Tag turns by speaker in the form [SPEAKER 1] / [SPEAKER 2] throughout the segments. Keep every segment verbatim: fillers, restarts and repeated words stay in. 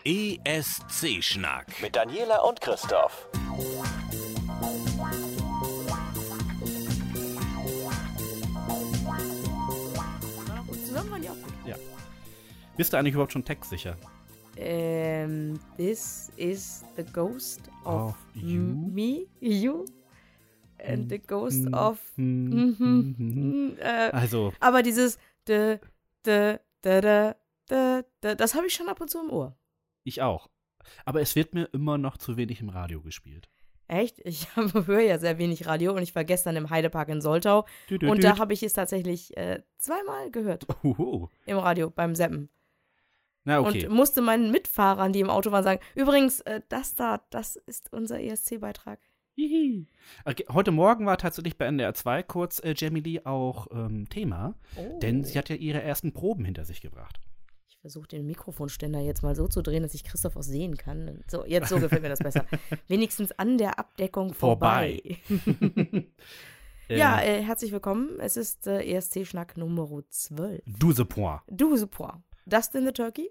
[SPEAKER 1] E S C-Schnack
[SPEAKER 2] mit Daniela und Christoph.
[SPEAKER 3] Zusammen waren die auch gut.
[SPEAKER 4] Ja. Bist du eigentlich überhaupt schon textsicher?
[SPEAKER 3] Ähm, this is the ghost of,
[SPEAKER 4] Of you?
[SPEAKER 3] m- me, you, and the ghost
[SPEAKER 4] Mm,
[SPEAKER 3] of,
[SPEAKER 4] mm,
[SPEAKER 3] mhm,
[SPEAKER 4] mm, mm.
[SPEAKER 3] mm, äh,
[SPEAKER 4] Also,
[SPEAKER 3] aber dieses, de, de, de, de, de, de, das habe ich schon ab und zu im Ohr.
[SPEAKER 4] ich auch. Aber es wird mir immer noch zu wenig im Radio gespielt.
[SPEAKER 3] Echt? Ich höre ja sehr wenig Radio und ich war gestern im Heidepark in Soltau
[SPEAKER 4] Dü, dü,
[SPEAKER 3] und
[SPEAKER 4] dü.
[SPEAKER 3] da habe ich es tatsächlich äh, zweimal gehört
[SPEAKER 4] Huhu.
[SPEAKER 3] im Radio beim Seppen.
[SPEAKER 4] Na, okay.
[SPEAKER 3] Und musste meinen Mitfahrern, die im Auto waren, sagen, übrigens, äh, das da, das ist unser E S C-Beitrag.
[SPEAKER 4] Hihi. Okay, heute Morgen war tatsächlich bei N D R zwei kurz äh, Jamie Lee auch ähm, Thema,
[SPEAKER 3] Oh.
[SPEAKER 4] denn sie hat ja ihre ersten Proben hinter sich gebracht.
[SPEAKER 3] Ich versuche den Mikrofonständer jetzt mal so zu drehen, dass ich Christoph auch sehen kann. So, jetzt so gefällt mir das besser. Wenigstens an der Abdeckung vorbei.
[SPEAKER 4] Vorbei.
[SPEAKER 3] Ja,
[SPEAKER 4] äh,
[SPEAKER 3] äh, herzlich willkommen. Es ist äh, E S C-Schnack Nummer zwölf.
[SPEAKER 4] douze points.
[SPEAKER 3] douze points. Dustin the Turkey?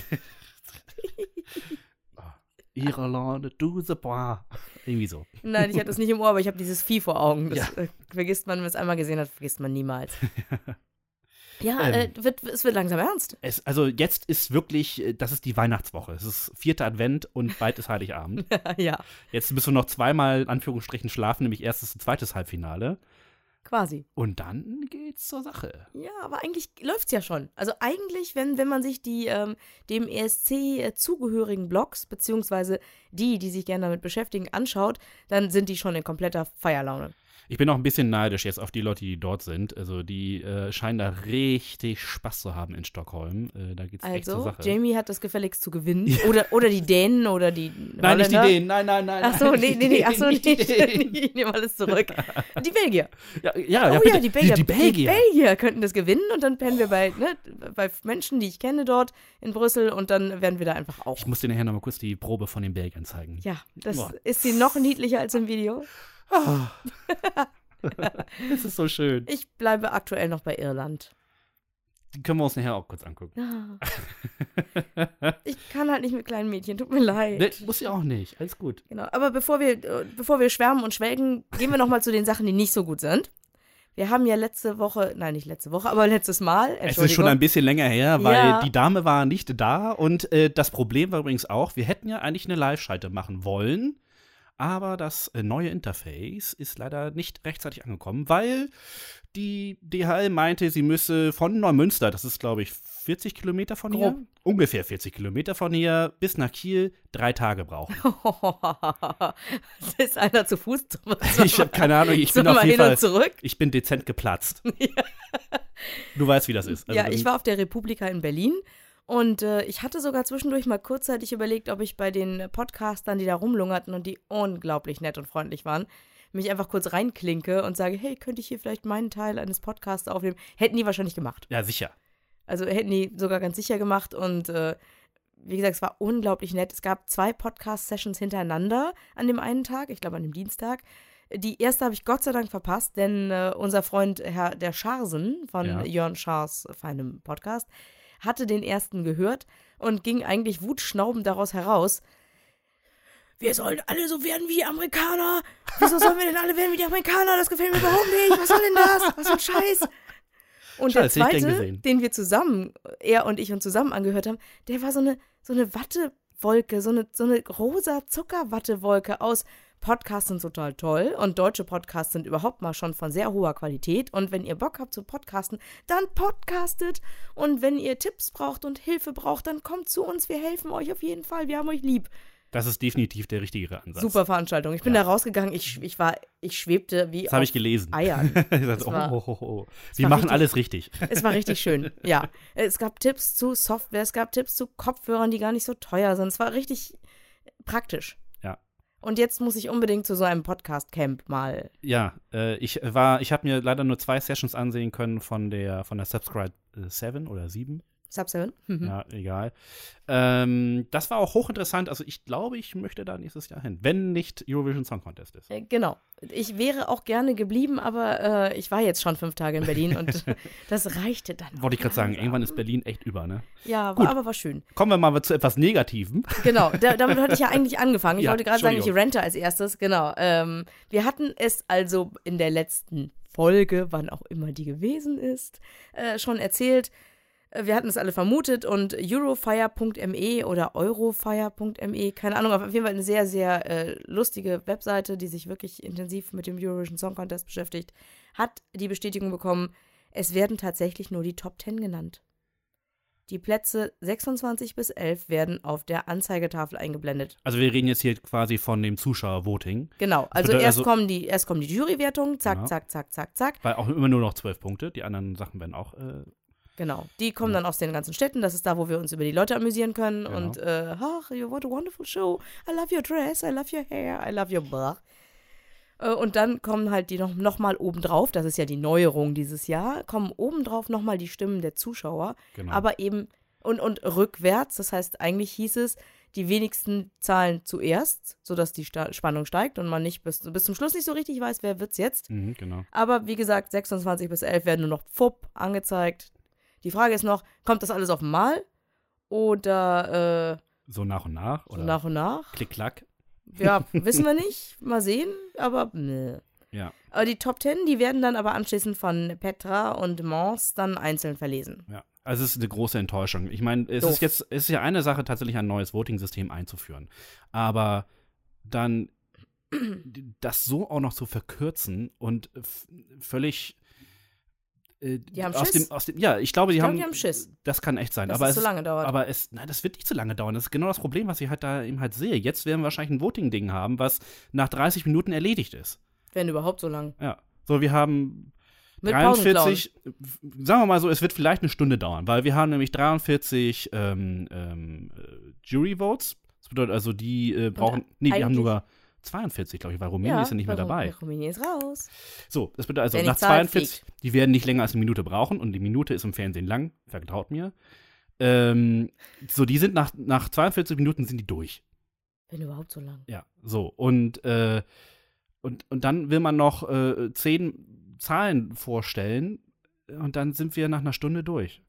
[SPEAKER 4] Irlande, douze points. Irgendwie so.
[SPEAKER 3] Nein, ich hatte das nicht im Ohr, aber ich habe dieses Vieh vor Augen. Das
[SPEAKER 4] Ja.
[SPEAKER 3] äh, vergisst man, wenn man es einmal gesehen hat, vergisst man niemals. Ja,
[SPEAKER 4] Ähm.
[SPEAKER 3] äh, wird, es wird langsam ernst.
[SPEAKER 4] Es, also jetzt ist wirklich, äh, das ist die Weihnachtswoche. Es ist vierter Advent und bald ist Heiligabend.
[SPEAKER 3] Ja,
[SPEAKER 4] Jetzt müssen wir noch zweimal, in Anführungsstrichen, schlafen, nämlich erstes und zweites Halbfinale.
[SPEAKER 3] quasi.
[SPEAKER 4] Und dann geht's zur Sache.
[SPEAKER 3] Ja, aber eigentlich läuft's ja schon. Also eigentlich, wenn, wenn man sich die ähm, dem E S C äh, zugehörigen Blogs, beziehungsweise die, die sich gerne damit beschäftigen, anschaut, dann sind die schon in kompletter Feierlaune.
[SPEAKER 4] Ich bin auch ein bisschen neidisch jetzt auf die Leute, die dort sind. Also die äh, scheinen da richtig Spaß zu haben in Stockholm. Äh, da geht's echt zur
[SPEAKER 3] Also,
[SPEAKER 4] Sache.
[SPEAKER 3] Jamie hat das gefälligst zu gewinnen. Oder, oder die Dänen oder die
[SPEAKER 4] Nein, nicht die
[SPEAKER 3] Holländer.
[SPEAKER 4] Dänen. Nein, nein, nein.
[SPEAKER 3] Ach so,
[SPEAKER 4] nein,
[SPEAKER 3] nee,
[SPEAKER 4] nicht
[SPEAKER 3] nee,
[SPEAKER 4] die
[SPEAKER 3] nee, ach so, nee,
[SPEAKER 4] Dänen, nicht die Dänen.
[SPEAKER 3] ich nehme alles zurück. Die Belgier.
[SPEAKER 4] Ja, ja,
[SPEAKER 3] Oh
[SPEAKER 4] ja, bitte.
[SPEAKER 3] ja, die Belgier.
[SPEAKER 4] Die, die Belgier.
[SPEAKER 3] Die Belgier könnten das gewinnen und dann pennen wir bei, ne, bei Menschen, die ich kenne dort in Brüssel und dann werden wir da einfach auch.
[SPEAKER 4] Ich muss dir nachher noch mal kurz die Probe von den Belgiern zeigen.
[SPEAKER 3] Ja, das
[SPEAKER 4] Boah.
[SPEAKER 3] ist sie noch niedlicher als im Video.
[SPEAKER 4] Ah. Das ist so schön.
[SPEAKER 3] Ich bleibe aktuell noch bei Irland.
[SPEAKER 4] Die können wir uns nachher auch kurz angucken.
[SPEAKER 3] Ah. Ich kann halt nicht mit kleinen Mädchen, tut mir leid.
[SPEAKER 4] Nee, muss ja auch nicht. Alles gut.
[SPEAKER 3] Genau. Aber bevor wir, äh, bevor wir schwärmen und schwelgen, gehen wir noch mal zu den Sachen, die nicht so gut sind. Wir haben ja letzte Woche, nein, nicht letzte Woche, aber letztes Mal,
[SPEAKER 4] Es ist schon ein bisschen länger her, weil
[SPEAKER 3] Ja.
[SPEAKER 4] die Dame war nicht da. Und äh, das Problem war übrigens auch, wir hätten ja eigentlich eine Live-Schalte machen wollen. Aber das äh, neue Interface ist leider nicht rechtzeitig angekommen, weil die D H L meinte, sie müsse von Neumünster, das ist glaube ich vierzig Kilometer von hier,
[SPEAKER 3] Grob.
[SPEAKER 4] ungefähr vierzig Kilometer von hier, bis nach Kiel drei Tage brauchen.
[SPEAKER 3] Ist einer zu Fuß?
[SPEAKER 4] Ich habe keine Ahnung, ich bin
[SPEAKER 3] Sollen
[SPEAKER 4] auf
[SPEAKER 3] wir
[SPEAKER 4] jeden
[SPEAKER 3] hin
[SPEAKER 4] Fall,
[SPEAKER 3] und zurück?
[SPEAKER 4] ich bin dezent geplatzt. Du weißt, wie das ist. Also
[SPEAKER 3] Ja,
[SPEAKER 4] dann-
[SPEAKER 3] ich war auf der Republika in Berlin und äh, ich hatte sogar zwischendurch mal kurzzeitig überlegt, ob ich bei den Podcastern, die da rumlungerten und die unglaublich nett und freundlich waren, mich einfach kurz reinklinke und sage, hey, könnte ich hier vielleicht meinen Teil eines Podcasts aufnehmen? Hätten die wahrscheinlich gemacht.
[SPEAKER 4] Ja, sicher.
[SPEAKER 3] Also hätten die sogar ganz sicher gemacht und äh, wie gesagt, es war unglaublich nett. Es gab zwei Podcast-Sessions hintereinander an dem einen Tag, ich glaube an dem Dienstag. Die erste habe ich Gott sei Dank verpasst, denn äh, unser Freund Herr der Scharsen von
[SPEAKER 4] Ja.
[SPEAKER 3] Jörn Schaars feinem Podcast hatte den ersten gehört und ging eigentlich wutschnaubend daraus heraus. Wir sollen alle so werden wie die Amerikaner. Wieso sollen wir denn alle werden wie die Amerikaner? Das gefällt mir überhaupt nicht. Was soll denn das? Was für ein Scheiß. Und
[SPEAKER 4] Scheiß,
[SPEAKER 3] der
[SPEAKER 4] hätte ich gern
[SPEAKER 3] zweite,
[SPEAKER 4] gesehen.
[SPEAKER 3] den wir zusammen, er und ich uns zusammen angehört haben, der war so eine, so eine Wattewolke, so eine, so eine rosa Zuckerwattewolke aus Podcasts sind total toll und deutsche Podcasts sind überhaupt mal schon von sehr hoher Qualität und wenn ihr Bock habt zu podcasten, dann podcastet und wenn ihr Tipps braucht und Hilfe braucht, dann kommt zu uns, wir helfen euch auf jeden Fall, wir haben euch lieb.
[SPEAKER 4] Das ist definitiv der richtigere Ansatz.
[SPEAKER 3] Super Veranstaltung. Ich bin
[SPEAKER 4] Ja.
[SPEAKER 3] da rausgegangen, ich, ich war, ich schwebte wie
[SPEAKER 4] Das habe
[SPEAKER 3] auf
[SPEAKER 4] ich gelesen.
[SPEAKER 3] Eiern.
[SPEAKER 4] Ich dachte,
[SPEAKER 3] Das war-
[SPEAKER 4] oh, oh, oh, oh. Wir
[SPEAKER 3] war
[SPEAKER 4] machen
[SPEAKER 3] richtig-
[SPEAKER 4] alles richtig.
[SPEAKER 3] Es war richtig schön, ja. Es gab Tipps zu Software, es gab Tipps zu Kopfhörern, die gar nicht so teuer sind. Es war richtig praktisch.
[SPEAKER 4] Ja.
[SPEAKER 3] Und jetzt muss ich unbedingt zu so einem Podcast-Camp mal.
[SPEAKER 4] Ja, äh, ich war, ich habe mir leider nur zwei Sessions ansehen können von der von der Subscribe äh, sieben oder sieben.
[SPEAKER 3] Sub Seven. Mhm.
[SPEAKER 4] Ja, egal. Ähm, das war auch hochinteressant. Also ich glaube, ich möchte da nächstes Jahr hin, wenn nicht Eurovision Song Contest ist.
[SPEAKER 3] Äh, genau. Ich wäre auch gerne geblieben, aber äh, ich war jetzt schon fünf Tage in Berlin und das reichte dann.
[SPEAKER 4] Wollte ich gerade sagen, irgendwann ist Berlin echt über, ne?
[SPEAKER 3] Ja,
[SPEAKER 4] Gut.
[SPEAKER 3] war, aber war schön.
[SPEAKER 4] Kommen wir mal zu etwas Negativem.
[SPEAKER 3] Genau, da, damit hatte ich ja eigentlich angefangen. Ich
[SPEAKER 4] Ja,
[SPEAKER 3] wollte gerade sagen, ich
[SPEAKER 4] Entschuldigung.
[SPEAKER 3] rente als erstes. Genau. Ähm, wir hatten es also in der letzten Folge, wann auch immer die gewesen ist, äh, schon erzählt. Äh, Wir hatten es alle vermutet und Eurofire Punkt me oder Eurofire Punkt me, keine Ahnung, auf jeden Fall eine sehr, sehr äh, lustige Webseite, die sich wirklich intensiv mit dem Eurovision Song Contest beschäftigt, hat die Bestätigung bekommen, es werden tatsächlich nur die Top Ten genannt. Die Plätze sechsundzwanzig bis elf werden auf der Anzeigetafel eingeblendet.
[SPEAKER 4] Also wir reden jetzt hier quasi von dem Zuschauervoting.
[SPEAKER 3] Genau, also
[SPEAKER 4] bedeutet
[SPEAKER 3] erst,
[SPEAKER 4] also-
[SPEAKER 3] kommen die, erst kommen die Jurywertungen, zack,
[SPEAKER 4] Genau.
[SPEAKER 3] zack, zack, zack, zack.
[SPEAKER 4] Weil auch immer nur noch zwölf Punkte. Die anderen Sachen werden auch. Äh,
[SPEAKER 3] Genau, die kommen dann aus den ganzen Städten. Das ist da, wo wir uns über die Leute amüsieren können.
[SPEAKER 4] Genau.
[SPEAKER 3] Und, äh, ach, you what a wonderful show. I love your dress, I love your hair, I love your blah. Äh, Und dann kommen halt die noch, noch mal obendrauf, das ist ja die Neuerung dieses Jahr, kommen obendrauf noch mal die Stimmen der Zuschauer.
[SPEAKER 4] genau.
[SPEAKER 3] Aber eben, und, und rückwärts, das heißt, eigentlich hieß es, die wenigsten Zahlen zuerst, sodass die Sta- Spannung steigt und man nicht bis, bis zum Schluss nicht so richtig weiß, wer wird's jetzt.
[SPEAKER 4] Mhm, genau.
[SPEAKER 3] Aber wie gesagt, sechsundzwanzig bis elf werden nur noch Fupp angezeigt. Die Frage ist noch, kommt das alles auf einmal oder äh,
[SPEAKER 4] So nach und nach.
[SPEAKER 3] so
[SPEAKER 4] Oder
[SPEAKER 3] nach und nach?
[SPEAKER 4] Klick, klack.
[SPEAKER 3] Ja, wissen wir nicht. Mal sehen, aber ne.
[SPEAKER 4] Ja,
[SPEAKER 3] Aber die Top Ten, die werden dann aber anschließend von Petra und Mons dann einzeln verlesen.
[SPEAKER 4] ja. Also es ist eine große Enttäuschung. Ich meine, es
[SPEAKER 3] Doof.
[SPEAKER 4] ist jetzt, es ist ja eine Sache, tatsächlich ein neues Voting-System einzuführen. Aber dann das so auch noch zu verkürzen und f- völlig äh,
[SPEAKER 3] Die haben
[SPEAKER 4] aus
[SPEAKER 3] Schiss.
[SPEAKER 4] dem, aus dem, ja, ich glaube, die
[SPEAKER 3] Ich
[SPEAKER 4] haben,
[SPEAKER 3] glaube, die haben Schiss,
[SPEAKER 4] das kann echt sein.
[SPEAKER 3] dass
[SPEAKER 4] aber
[SPEAKER 3] es so lange dauert.
[SPEAKER 4] Aber es, nein, das wird nicht so lange dauern. Das ist genau das Problem, was ich halt da eben halt sehe. Jetzt werden wir wahrscheinlich ein Voting-Ding haben, was nach dreißig Minuten erledigt ist.
[SPEAKER 3] Wenn überhaupt so lang.
[SPEAKER 4] Ja. So, wir haben
[SPEAKER 3] Mit
[SPEAKER 4] dreiundvierzig, sagen wir mal so, es wird vielleicht eine Stunde dauern, weil wir haben nämlich dreiundvierzig ähm, ähm, äh, Jury-Votes. Das bedeutet also, die äh, brauchen, nee, wir haben
[SPEAKER 3] eigentlich-
[SPEAKER 4] nur zweiundvierzig, glaube ich, weil Rumänien ist ja nicht mehr
[SPEAKER 3] warum-
[SPEAKER 4] dabei.
[SPEAKER 3] Rumänien ist raus.
[SPEAKER 4] So, das bedeutet also,
[SPEAKER 3] Wer
[SPEAKER 4] nach
[SPEAKER 3] nicht zahlt,
[SPEAKER 4] zweiundvierzig, die werden nicht länger als eine Minute brauchen und die Minute ist im Fernsehen lang, vertraut mir. Ähm, so, die sind nach, nach zweiundvierzig Minuten sind die durch.
[SPEAKER 3] Wenn überhaupt so lang.
[SPEAKER 4] Ja, so. Und, äh, und, und dann will man noch äh, zehn Zahlen vorstellen und dann sind wir nach einer Stunde durch.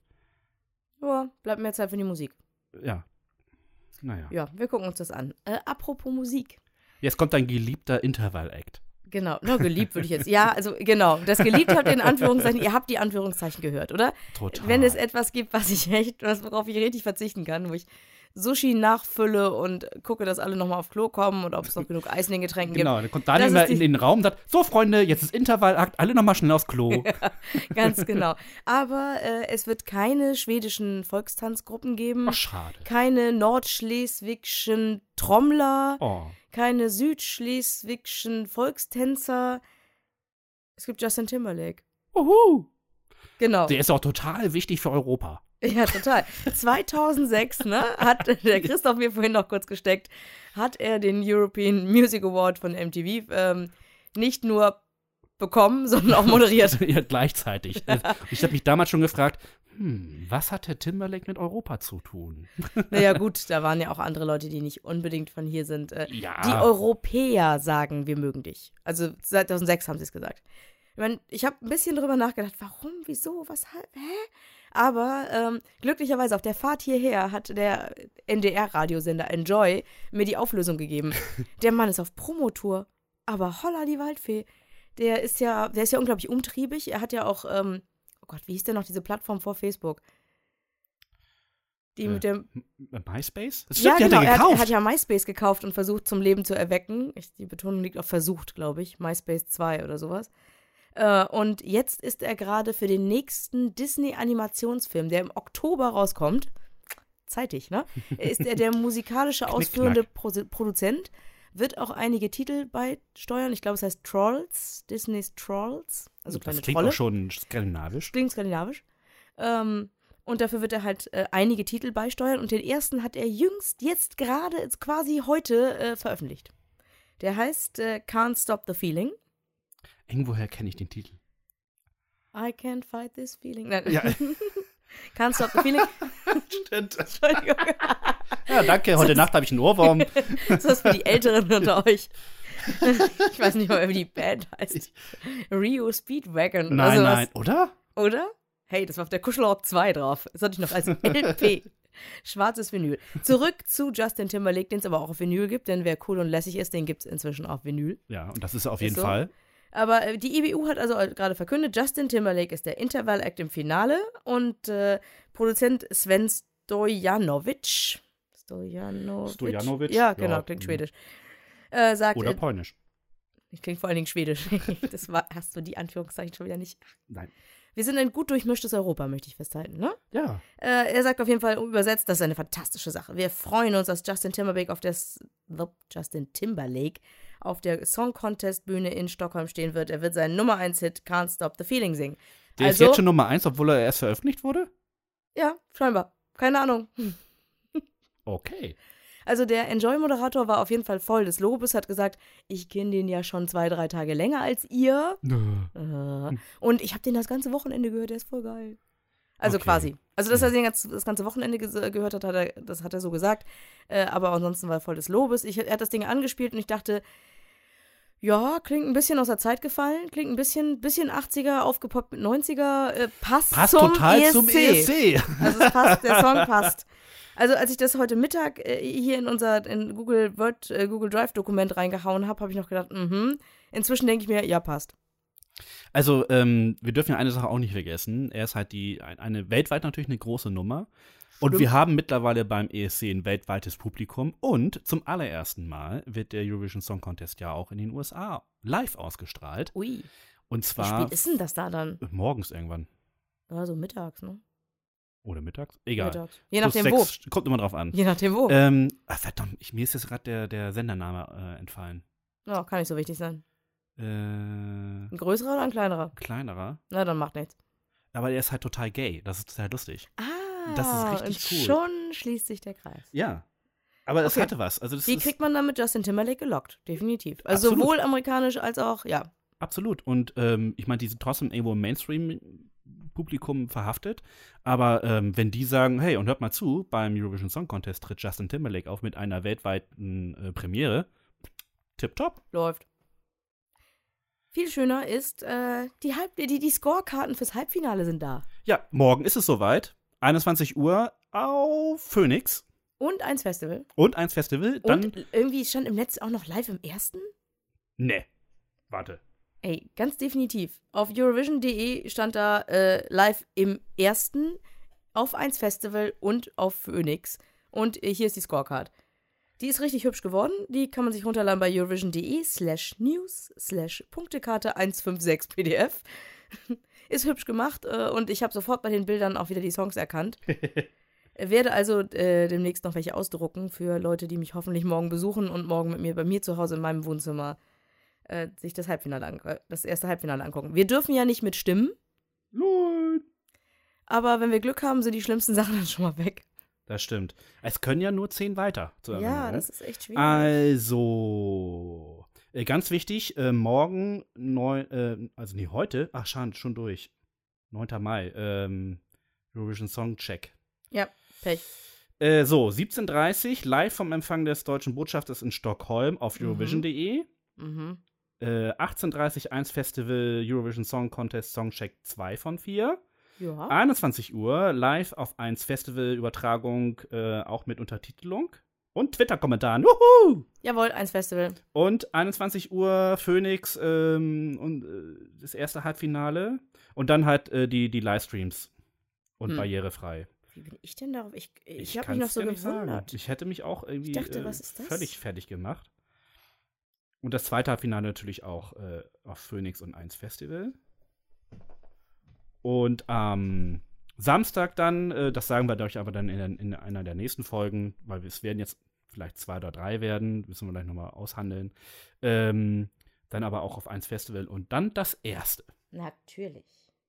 [SPEAKER 3] Ja, bleibt mehr Zeit für die Musik.
[SPEAKER 4] Ja. Naja.
[SPEAKER 3] Ja, wir gucken uns das an. Äh, apropos Musik.
[SPEAKER 4] Jetzt kommt dein geliebter Intervall-Act.
[SPEAKER 3] Genau, no, geliebt würde ich jetzt. Ja, also genau, das geliebt habt ihr in Anführungszeichen, ihr habt die Anführungszeichen gehört, oder?
[SPEAKER 4] Total.
[SPEAKER 3] Wenn es etwas gibt, was ich echt, was, worauf ich richtig verzichten kann, wo ich Sushi nachfülle und gucke, dass alle nochmal auf Klo kommen und ob es noch genug Eis in den Getränken
[SPEAKER 4] Genau, dann kommt Daniel
[SPEAKER 3] Das ist
[SPEAKER 4] immer
[SPEAKER 3] die-
[SPEAKER 4] in den Raum und sagt, so Freunde, jetzt ist Intervallakt, alle nochmal schnell aufs Klo.
[SPEAKER 3] gibt. Ganz genau. Aber äh, es wird keine schwedischen Volkstanzgruppen geben,
[SPEAKER 4] Ach, schade.
[SPEAKER 3] keine nordschleswigschen Trommler,
[SPEAKER 4] Oh.
[SPEAKER 3] keine südschleswigschen Volkstänzer. Es gibt Justin Timberlake.
[SPEAKER 4] Uhu.
[SPEAKER 3] Genau.
[SPEAKER 4] Der ist auch total wichtig für Europa.
[SPEAKER 3] Ja, total. zweitausendsechs, ne, hat der Christoph mir vorhin noch kurz gesteckt, hat er den European Music Award von M T V ähm, nicht nur bekommen, sondern auch moderiert.
[SPEAKER 4] ja, gleichzeitig. Ich habe mich damals schon gefragt, hm, was hat der Timberlake mit Europa zu tun?
[SPEAKER 3] Naja, gut, da waren ja auch andere Leute, die nicht unbedingt von hier sind. Äh,
[SPEAKER 4] Ja.
[SPEAKER 3] Die Europäer sagen, wir mögen dich. Also zweitausendsechs haben sie es gesagt. Ich meine, ich habe ein bisschen drüber nachgedacht, warum, wieso, weshalb, hä? Aber ähm, glücklicherweise auf der Fahrt hierher hat der N D R-Radiosender Enjoy mir die Auflösung gegeben. Der Mann ist auf Promotour, aber holla die Waldfee. Der ist ja, der ist ja unglaublich umtriebig. Er hat ja auch, ähm, oh Gott, wie hieß denn noch diese Plattform vor Facebook? Die
[SPEAKER 4] Äh,
[SPEAKER 3] mit dem
[SPEAKER 4] MySpace? Das
[SPEAKER 3] ja,
[SPEAKER 4] stimmt, die
[SPEAKER 3] genau,
[SPEAKER 4] hat er
[SPEAKER 3] er hat,
[SPEAKER 4] gekauft.
[SPEAKER 3] er hat ja MySpace gekauft und versucht zum Leben zu erwecken. Ich, die Betonung liegt auf versucht, glaube ich. MySpace zwei oder sowas. Äh, und jetzt ist er gerade für den nächsten Disney-Animationsfilm, der im Oktober rauskommt, zeitig, ne? Ist er der musikalische
[SPEAKER 4] Knick,
[SPEAKER 3] ausführende Pro Produzent, wird auch einige Titel beisteuern. Ich glaube, es heißt Trolls, Disneys Trolls, also kleine
[SPEAKER 4] das klingt
[SPEAKER 3] Trolle.
[SPEAKER 4] auch schon skandinavisch.
[SPEAKER 3] Klingt skandinavisch. Ähm, und dafür wird er halt äh, einige Titel beisteuern. Und den ersten hat er jüngst, jetzt gerade, jetzt quasi heute äh, veröffentlicht. Der heißt äh, Can't Stop the Feeling.
[SPEAKER 4] Irgendwoher kenne ich den Titel.
[SPEAKER 3] I can't fight this feeling. Nein.
[SPEAKER 4] Ja.
[SPEAKER 3] Can't Stop the Feeling.
[SPEAKER 4] Stimmt.
[SPEAKER 3] Entschuldigung.
[SPEAKER 4] Ja, danke. Heute Nacht habe ich einen Ohrwurm.
[SPEAKER 3] Das ist für die Älteren unter euch. Ich weiß nicht mal, wie die Band heißt. Rio Speedwagon.
[SPEAKER 4] Nein,
[SPEAKER 3] oder
[SPEAKER 4] nein. Oder?
[SPEAKER 3] Oder? Hey, das war auf der Kuschelrock zwei drauf. Das hatte ich noch als L P. Schwarzes Vinyl. Zurück zu Justin Timberlake, den es aber auch auf Vinyl gibt, denn wer cool und lässig ist, den gibt es inzwischen auf Vinyl.
[SPEAKER 4] Ja, und das ist er auf jeden
[SPEAKER 3] Ist so.
[SPEAKER 4] Fall.
[SPEAKER 3] Aber äh, die E B U hat also gerade verkündet, Justin Timberlake ist der Interval-Act im Finale und äh, Produzent Sven Stojanovic. Stojanovic?
[SPEAKER 4] Stojanovic?
[SPEAKER 3] Ja, genau,
[SPEAKER 4] Ja,
[SPEAKER 3] klingt
[SPEAKER 4] mhm.
[SPEAKER 3] schwedisch. Äh, sagt,
[SPEAKER 4] Oder
[SPEAKER 3] äh,
[SPEAKER 4] polnisch.
[SPEAKER 3] klingt vor allen Dingen schwedisch. Das war, hast du die Anführungszeichen schon wieder nicht?
[SPEAKER 4] Nein.
[SPEAKER 3] Wir sind ein gut durchmischtes Europa, möchte ich festhalten, ne?
[SPEAKER 4] Ja.
[SPEAKER 3] Äh, er sagt auf jeden Fall übersetzt, das ist eine fantastische Sache. Wir freuen uns, dass Justin Timberlake auf der S- Justin Timberlake auf der Song Contest Bühne in Stockholm stehen wird. Er wird seinen Nummer eins Hit Can't Stop the Feeling singen.
[SPEAKER 4] Der
[SPEAKER 3] also,
[SPEAKER 4] ist jetzt schon Nummer eins, obwohl er erst veröffentlicht wurde?
[SPEAKER 3] Ja, scheinbar. Keine Ahnung.
[SPEAKER 4] Okay.
[SPEAKER 3] Also der Enjoy-Moderator war auf jeden Fall voll des Lobes, hat gesagt, ich kenne den ja schon zwei, drei Tage länger als ihr. Äh, und ich habe den das ganze Wochenende gehört, der ist voll geil. Also
[SPEAKER 4] Okay.
[SPEAKER 3] quasi. Also, dass er den ganz, das ganze Wochenende ges- gehört hat, hat er, das hat er so gesagt. Äh, aber ansonsten war er voll des Lobes. Ich, er hat das Ding angespielt und ich dachte, ja, klingt ein bisschen aus der Zeit gefallen, klingt ein bisschen, bisschen achtziger, aufgepoppt mit neunziger, äh, passt,
[SPEAKER 4] Passt
[SPEAKER 3] zum
[SPEAKER 4] total
[SPEAKER 3] E S C.
[SPEAKER 4] zum E S C.
[SPEAKER 3] Also es passt, der Song passt. Also als ich das heute Mittag äh, hier in unser in Google Word, äh, Google Drive Dokument reingehauen habe, habe ich noch gedacht, mhm. Inzwischen denke ich mir, ja, passt.
[SPEAKER 4] Also, ähm, wir dürfen ja eine Sache auch nicht vergessen. Er ist halt die, ein- eine weltweit natürlich eine große Nummer. Und
[SPEAKER 3] Stimmt.
[SPEAKER 4] wir haben mittlerweile beim E S C ein weltweites Publikum. Und zum allerersten Mal wird der Eurovision Song Contest ja auch in den U S A live ausgestrahlt.
[SPEAKER 3] Ui.
[SPEAKER 4] Und
[SPEAKER 3] Wie
[SPEAKER 4] zwar
[SPEAKER 3] spät ist denn das da dann?
[SPEAKER 4] morgens irgendwann.
[SPEAKER 3] Ja, so mittags, ne?
[SPEAKER 4] Oder mittags? Egal.
[SPEAKER 3] Mittags. Je
[SPEAKER 4] Plus
[SPEAKER 3] nachdem wo.
[SPEAKER 4] sechs, kommt immer drauf an.
[SPEAKER 3] Je nachdem wo.
[SPEAKER 4] Ähm, ach, verdammt, ich, mir ist jetzt gerade der, der Sendername äh, entfallen.
[SPEAKER 3] Ja, kann nicht so wichtig sein.
[SPEAKER 4] Äh,
[SPEAKER 3] Ein größerer oder ein kleinerer?
[SPEAKER 4] kleinerer.
[SPEAKER 3] Na, dann macht nichts.
[SPEAKER 4] Aber er ist halt total gay. Das ist total lustig.
[SPEAKER 3] Ah,
[SPEAKER 4] Das ist richtig
[SPEAKER 3] und
[SPEAKER 4] cool.
[SPEAKER 3] schon schließt sich der Kreis.
[SPEAKER 4] Ja. Aber es
[SPEAKER 3] Okay.
[SPEAKER 4] hatte was. Also das
[SPEAKER 3] Wie
[SPEAKER 4] ist
[SPEAKER 3] kriegt man dann mit Justin Timberlake gelockt? Definitiv. Also
[SPEAKER 4] Absolut.
[SPEAKER 3] sowohl amerikanisch als auch, ja.
[SPEAKER 4] absolut. Und ähm, ich meine, die sind trotzdem irgendwo im Mainstream-Publikum verhaftet. Aber ähm, wenn die sagen, hey, und hört mal zu, beim Eurovision Song Contest tritt Justin Timberlake auf mit einer weltweiten äh, Premiere, tipptopp.
[SPEAKER 3] Läuft. Viel schöner ist, äh, die, Halb die, die Scorekarten fürs Halbfinale sind da.
[SPEAKER 4] Ja, morgen ist es soweit. einundzwanzig Uhr auf Phoenix
[SPEAKER 3] Und eins Festival.
[SPEAKER 4] und eins Festival. Dann.
[SPEAKER 3] Und irgendwie stand im Netz auch noch live im ersten.
[SPEAKER 4] Ne. Warte.
[SPEAKER 3] Ey, ganz definitiv. Auf Eurovision punkt de stand da äh, live im ersten, auf eins Festival und auf Phoenix. Und äh, hier ist die Scorecard. Die ist richtig hübsch geworden. Die kann man sich runterladen bei eurovision punkt de slash news slash Punktekarte eins fünf sechs P D F. Ist hübsch gemacht äh, und ich habe sofort bei den Bildern auch wieder die Songs erkannt. Werde also äh, demnächst noch welche ausdrucken für Leute, die mich hoffentlich morgen besuchen und morgen mit mir bei mir zu Hause in meinem Wohnzimmer äh, sich das Halbfinale an äh, das erste Halbfinale angucken. Wir dürfen ja nicht mitstimmen,
[SPEAKER 4] Nein.
[SPEAKER 3] aber wenn wir Glück haben, sind die schlimmsten Sachen dann schon mal weg.
[SPEAKER 4] Das stimmt. Es können ja nur zehn weiter. Zur
[SPEAKER 3] Ja,
[SPEAKER 4] Erinnerung.
[SPEAKER 3] das ist echt schwierig.
[SPEAKER 4] Also, äh, ganz wichtig, äh, morgen, neun, äh, also nee, heute, ach, schon, schon durch. neunter Mai, ähm, Eurovision Song Check.
[SPEAKER 3] Ja, Pech.
[SPEAKER 4] Äh, so, siebzehn Uhr dreißig, live vom Empfang des deutschen Botschafters in Stockholm auf
[SPEAKER 3] Mhm.
[SPEAKER 4] eurovision punkt de.
[SPEAKER 3] Mhm.
[SPEAKER 4] Äh, achtzehn Uhr dreißig, eins Festival, Eurovision Song Contest Song Check zwei von vier.
[SPEAKER 3] Ja.
[SPEAKER 4] einundzwanzig Uhr, live auf eins Festival, Übertragung, äh, auch mit Untertitelung. Und Twitter-Kommentaren. Wuhu!
[SPEAKER 3] Jawohl, eins Festival.
[SPEAKER 4] Und einundzwanzig Uhr Phoenix ähm, und äh, das erste Halbfinale. Und dann halt äh, die, die Livestreams. Und
[SPEAKER 3] Hm.
[SPEAKER 4] barrierefrei.
[SPEAKER 3] Wie bin ich denn darauf? Ich, ich,
[SPEAKER 4] Ich
[SPEAKER 3] habe mich noch
[SPEAKER 4] kann's
[SPEAKER 3] so
[SPEAKER 4] dir nicht sagen.
[SPEAKER 3] gewundert.
[SPEAKER 4] Ich hätte mich auch irgendwie
[SPEAKER 3] Ich dachte,
[SPEAKER 4] äh,
[SPEAKER 3] was ist das?
[SPEAKER 4] völlig fertig gemacht. Und das zweite Halbfinale natürlich auch äh, auf Phoenix und eins Festival. Und am Samstag dann, äh, das sagen wir euch aber dann in, in einer der nächsten Folgen, weil es werden jetzt vielleicht zwei oder drei werden, müssen wir gleich nochmal aushandeln. Ähm, dann aber auch auf eins Festival und dann das erste.
[SPEAKER 3] Natürlich.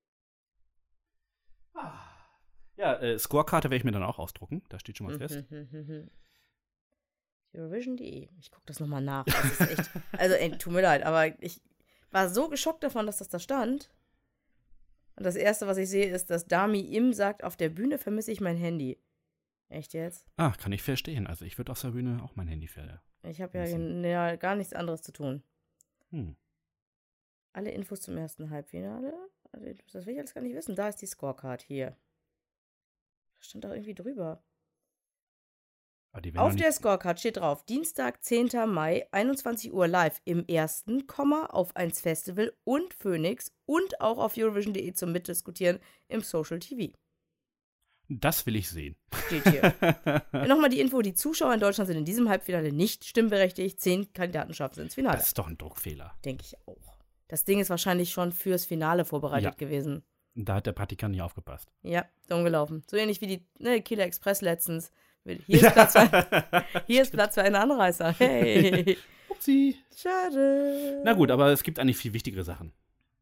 [SPEAKER 4] Ja, äh, Scorekarte werde ich mir dann auch ausdrucken, da steht schon mal fest.
[SPEAKER 3] Eurovision punkt de. Ich gucke das nochmal nach. Das ist echt. Also, ey, tut mir leid, aber ich war so geschockt davon, dass das da stand. Und das Erste, was ich sehe, ist, dass Dami Im sagt, auf der Bühne vermisse ich mein Handy. Echt jetzt?
[SPEAKER 4] Ah, kann ich verstehen. Also ich würde auf der Bühne auch mein Handy verlieren.
[SPEAKER 3] Ich habe ja, ja gar nichts anderes zu tun.
[SPEAKER 4] Hm.
[SPEAKER 3] Alle Infos zum ersten Halbfinale? Also, das will ich alles gar nicht wissen. Da ist die Scorecard hier. Das stand doch irgendwie drüber.
[SPEAKER 4] Aber die werden
[SPEAKER 3] Auf
[SPEAKER 4] doch
[SPEAKER 3] der
[SPEAKER 4] nicht-
[SPEAKER 3] Scorecard steht drauf, Dienstag, zehnter Mai, einundzwanzig Uhr live im ersten, Komma, auf eins Festival und Phoenix und auch auf Eurovision punkt de zum Mitdiskutieren im Social T V.
[SPEAKER 4] Das will ich sehen.
[SPEAKER 3] Steht hier. Nochmal die Info, die Zuschauer in Deutschland sind in diesem Halbfinale nicht stimmberechtigt. Zehn Kandidaten schaffen es ins Finale.
[SPEAKER 4] Das ist doch ein Druckfehler.
[SPEAKER 3] Denke ich auch. Das Ding ist wahrscheinlich schon fürs Finale vorbereitet
[SPEAKER 4] Ja.
[SPEAKER 3] gewesen.
[SPEAKER 4] Da hat der Praktikant nicht aufgepasst.
[SPEAKER 3] Ja, dumm gelaufen. So ähnlich wie die ne, Kieler Express letztens. Hier ist, Platz für, hier ist Platz für einen Anreißer. Hey.
[SPEAKER 4] Upsi.
[SPEAKER 3] Schade.
[SPEAKER 4] Na gut, aber es gibt eigentlich viel wichtigere Sachen,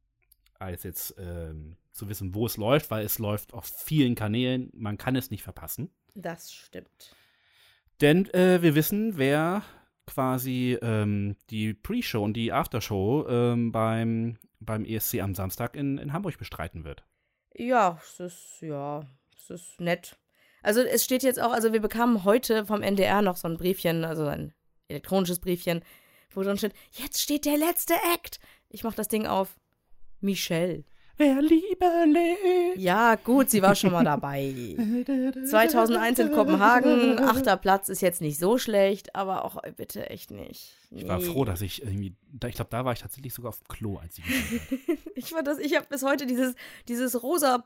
[SPEAKER 4] als jetzt ähm, zu wissen, wo es läuft, weil es läuft auf vielen Kanälen. Man kann es nicht verpassen.
[SPEAKER 3] Das stimmt.
[SPEAKER 4] Denn äh, wir wissen, wer quasi ähm, die Pre-Show und die Aftershow ähm, beim, beim E S C am Samstag in, in Hamburg bestreiten wird.
[SPEAKER 3] Ja, es ist, ja, es ist nett. Also es steht jetzt auch, also wir bekamen heute vom N D R noch so ein Briefchen, also ein elektronisches Briefchen, wo drin steht, jetzt steht der letzte Act. Ich mach das Ding auf. Michelle.
[SPEAKER 4] Wer Liebe lebt.
[SPEAKER 3] Ja, gut, sie war schon mal dabei. zweitauseneins in Kopenhagen, achter Platz ist jetzt nicht so schlecht, aber auch bitte echt nicht. Nee.
[SPEAKER 4] Ich war froh, dass ich irgendwie, da, ich glaube, da war ich tatsächlich sogar auf dem Klo, als sie gesungen hat.
[SPEAKER 3] Ich fand das, ich habe bis heute dieses, dieses rosa,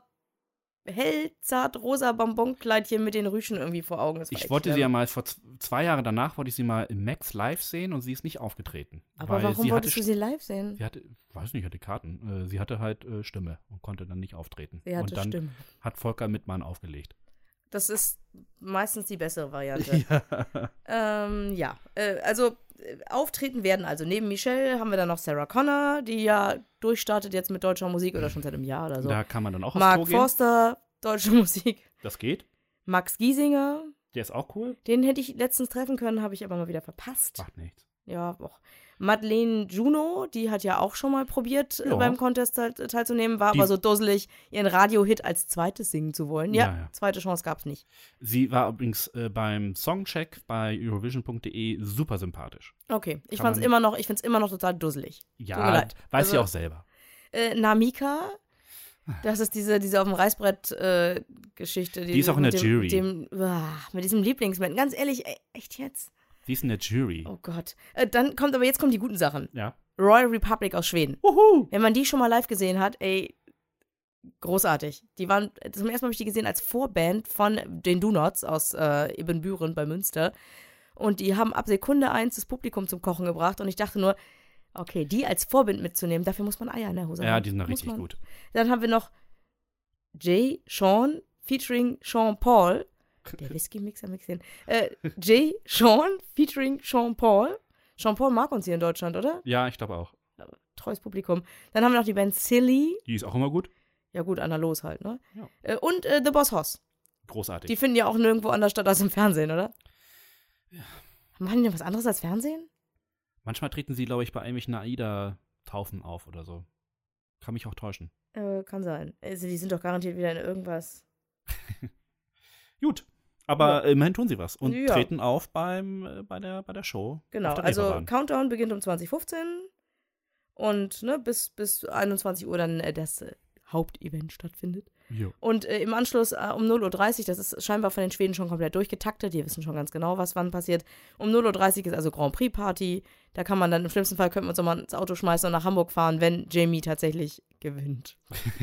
[SPEAKER 3] hellzart rosa Bonbonkleidchen mit den Rüschen irgendwie vor Augen. Das war
[SPEAKER 4] Ich
[SPEAKER 3] echt
[SPEAKER 4] wollte sie
[SPEAKER 3] schlimm.
[SPEAKER 4] ja mal, vor z- zwei Jahre danach, wollte ich sie mal im Max live sehen und sie ist nicht aufgetreten.
[SPEAKER 3] Aber
[SPEAKER 4] weil
[SPEAKER 3] warum
[SPEAKER 4] sie
[SPEAKER 3] wolltest
[SPEAKER 4] hatte,
[SPEAKER 3] du sie live sehen?
[SPEAKER 4] Sie hatte, weiß nicht, hatte Karten. Äh, sie hatte halt äh, Stimme und konnte dann nicht auftreten.
[SPEAKER 3] Sie hatte
[SPEAKER 4] und dann
[SPEAKER 3] Stimme.
[SPEAKER 4] hat Volker Mittmann aufgelegt.
[SPEAKER 3] Das ist meistens die bessere Variante. ja, ähm, ja. Äh, also äh, auftreten werden also neben Michelle haben wir dann noch Sarah Connor, die ja durchstartet jetzt mit deutscher Musik oder schon seit einem Jahr oder so.
[SPEAKER 4] Da kann man dann auch aufs Klo
[SPEAKER 3] Mark
[SPEAKER 4] gehen.
[SPEAKER 3] Forster, deutsche Musik.
[SPEAKER 4] Das geht.
[SPEAKER 3] Max Giesinger,
[SPEAKER 4] Der ist auch cool.
[SPEAKER 3] den hätte ich letztens treffen können, habe ich aber mal wieder verpasst.
[SPEAKER 4] Macht nichts.
[SPEAKER 3] Ja, auch. Madeleine Juno, die hat ja auch schon mal probiert, äh,
[SPEAKER 4] Ja.
[SPEAKER 3] beim Contest teil teilzunehmen, war
[SPEAKER 4] Die-
[SPEAKER 3] aber so dusselig, ihren Radio-Hit als zweites singen zu wollen. Ja,
[SPEAKER 4] Ja, ja.
[SPEAKER 3] zweite Chance gab's nicht.
[SPEAKER 4] Sie war übrigens äh, beim Songcheck bei Eurovision punkt de super sympathisch.
[SPEAKER 3] Okay, ich
[SPEAKER 4] Kann
[SPEAKER 3] fand's
[SPEAKER 4] man-
[SPEAKER 3] immer noch, ich find's immer noch total dusselig.
[SPEAKER 4] Ja,
[SPEAKER 3] Tut mir leid.
[SPEAKER 4] weiß sie
[SPEAKER 3] Also-
[SPEAKER 4] auch selber.
[SPEAKER 3] Äh, Namika, das ist diese, diese auf dem Reißbrett-Geschichte.
[SPEAKER 4] Die ist auch in
[SPEAKER 3] mit
[SPEAKER 4] der
[SPEAKER 3] dem,
[SPEAKER 4] Jury.
[SPEAKER 3] Mit, dem, ah, mit diesem Lieblingsman. Ganz ehrlich, ey, echt jetzt?
[SPEAKER 4] Sie ist in der Jury.
[SPEAKER 3] Oh Gott. Äh, dann kommt aber jetzt kommen die guten Sachen.
[SPEAKER 4] Ja.
[SPEAKER 3] Royal Republic aus Schweden.
[SPEAKER 4] Uhu.
[SPEAKER 3] Wenn man die schon mal live gesehen hat, ey, großartig. Die waren, zum ersten Mal habe ich die gesehen als Vorband von den Do-Nots aus äh, Ibbenbüren bei Münster. Und die haben ab Sekunde eins das Publikum zum Kochen gebracht. Und ich dachte nur, okay, die als Vorbild mitzunehmen, dafür muss man Eier in der Hose haben.
[SPEAKER 4] Ja, die sind da
[SPEAKER 3] Muss
[SPEAKER 4] richtig
[SPEAKER 3] man.
[SPEAKER 4] gut.
[SPEAKER 3] Dann haben wir noch Jay Sean featuring Sean Paul. Der Whisky-Mixer mix den. Äh, Jay Sean featuring Sean Paul. Sean Paul mag uns hier in Deutschland, oder?
[SPEAKER 4] Ja, ich glaube auch.
[SPEAKER 3] Treues Publikum. Dann haben wir noch die Band Silly.
[SPEAKER 4] Die ist auch immer gut.
[SPEAKER 3] Ja gut, Anna Los halt, ne?
[SPEAKER 4] Ja.
[SPEAKER 3] Äh, und äh, The Boss Hoss.
[SPEAKER 4] Großartig.
[SPEAKER 3] Die finden ja auch nirgendwo anders statt als im Fernsehen, oder? Ja. Machen die denn was anderes als Fernsehen?
[SPEAKER 4] Manchmal treten sie, glaube ich, bei irgendwelchen AIDA-Taufen auf oder so. Kann mich auch täuschen.
[SPEAKER 3] Äh, kann sein. Also die sind doch garantiert wieder in irgendwas.
[SPEAKER 4] Gut. Aber
[SPEAKER 3] Ja.
[SPEAKER 4] immerhin tun sie was und
[SPEAKER 3] Ja.
[SPEAKER 4] treten auf beim, äh, bei, der, bei der Show.
[SPEAKER 3] Genau,
[SPEAKER 4] auf der
[SPEAKER 3] also
[SPEAKER 4] Reeperbahn.
[SPEAKER 3] Countdown beginnt um zwanzig fünfzehn und ne, bis, bis einundzwanzig Uhr dann äh, das äh, Hauptevent stattfindet.
[SPEAKER 4] Jo.
[SPEAKER 3] Und äh, im Anschluss äh, um null Uhr dreißig, das ist scheinbar von den Schweden schon komplett durchgetaktet, die wissen schon ganz genau, was wann passiert. Um null Uhr dreißig ist also Grand Prix Party, da kann man dann im schlimmsten Fall, könnte man uns auch mal ins Auto schmeißen und nach Hamburg fahren, wenn Jamie tatsächlich gewinnt.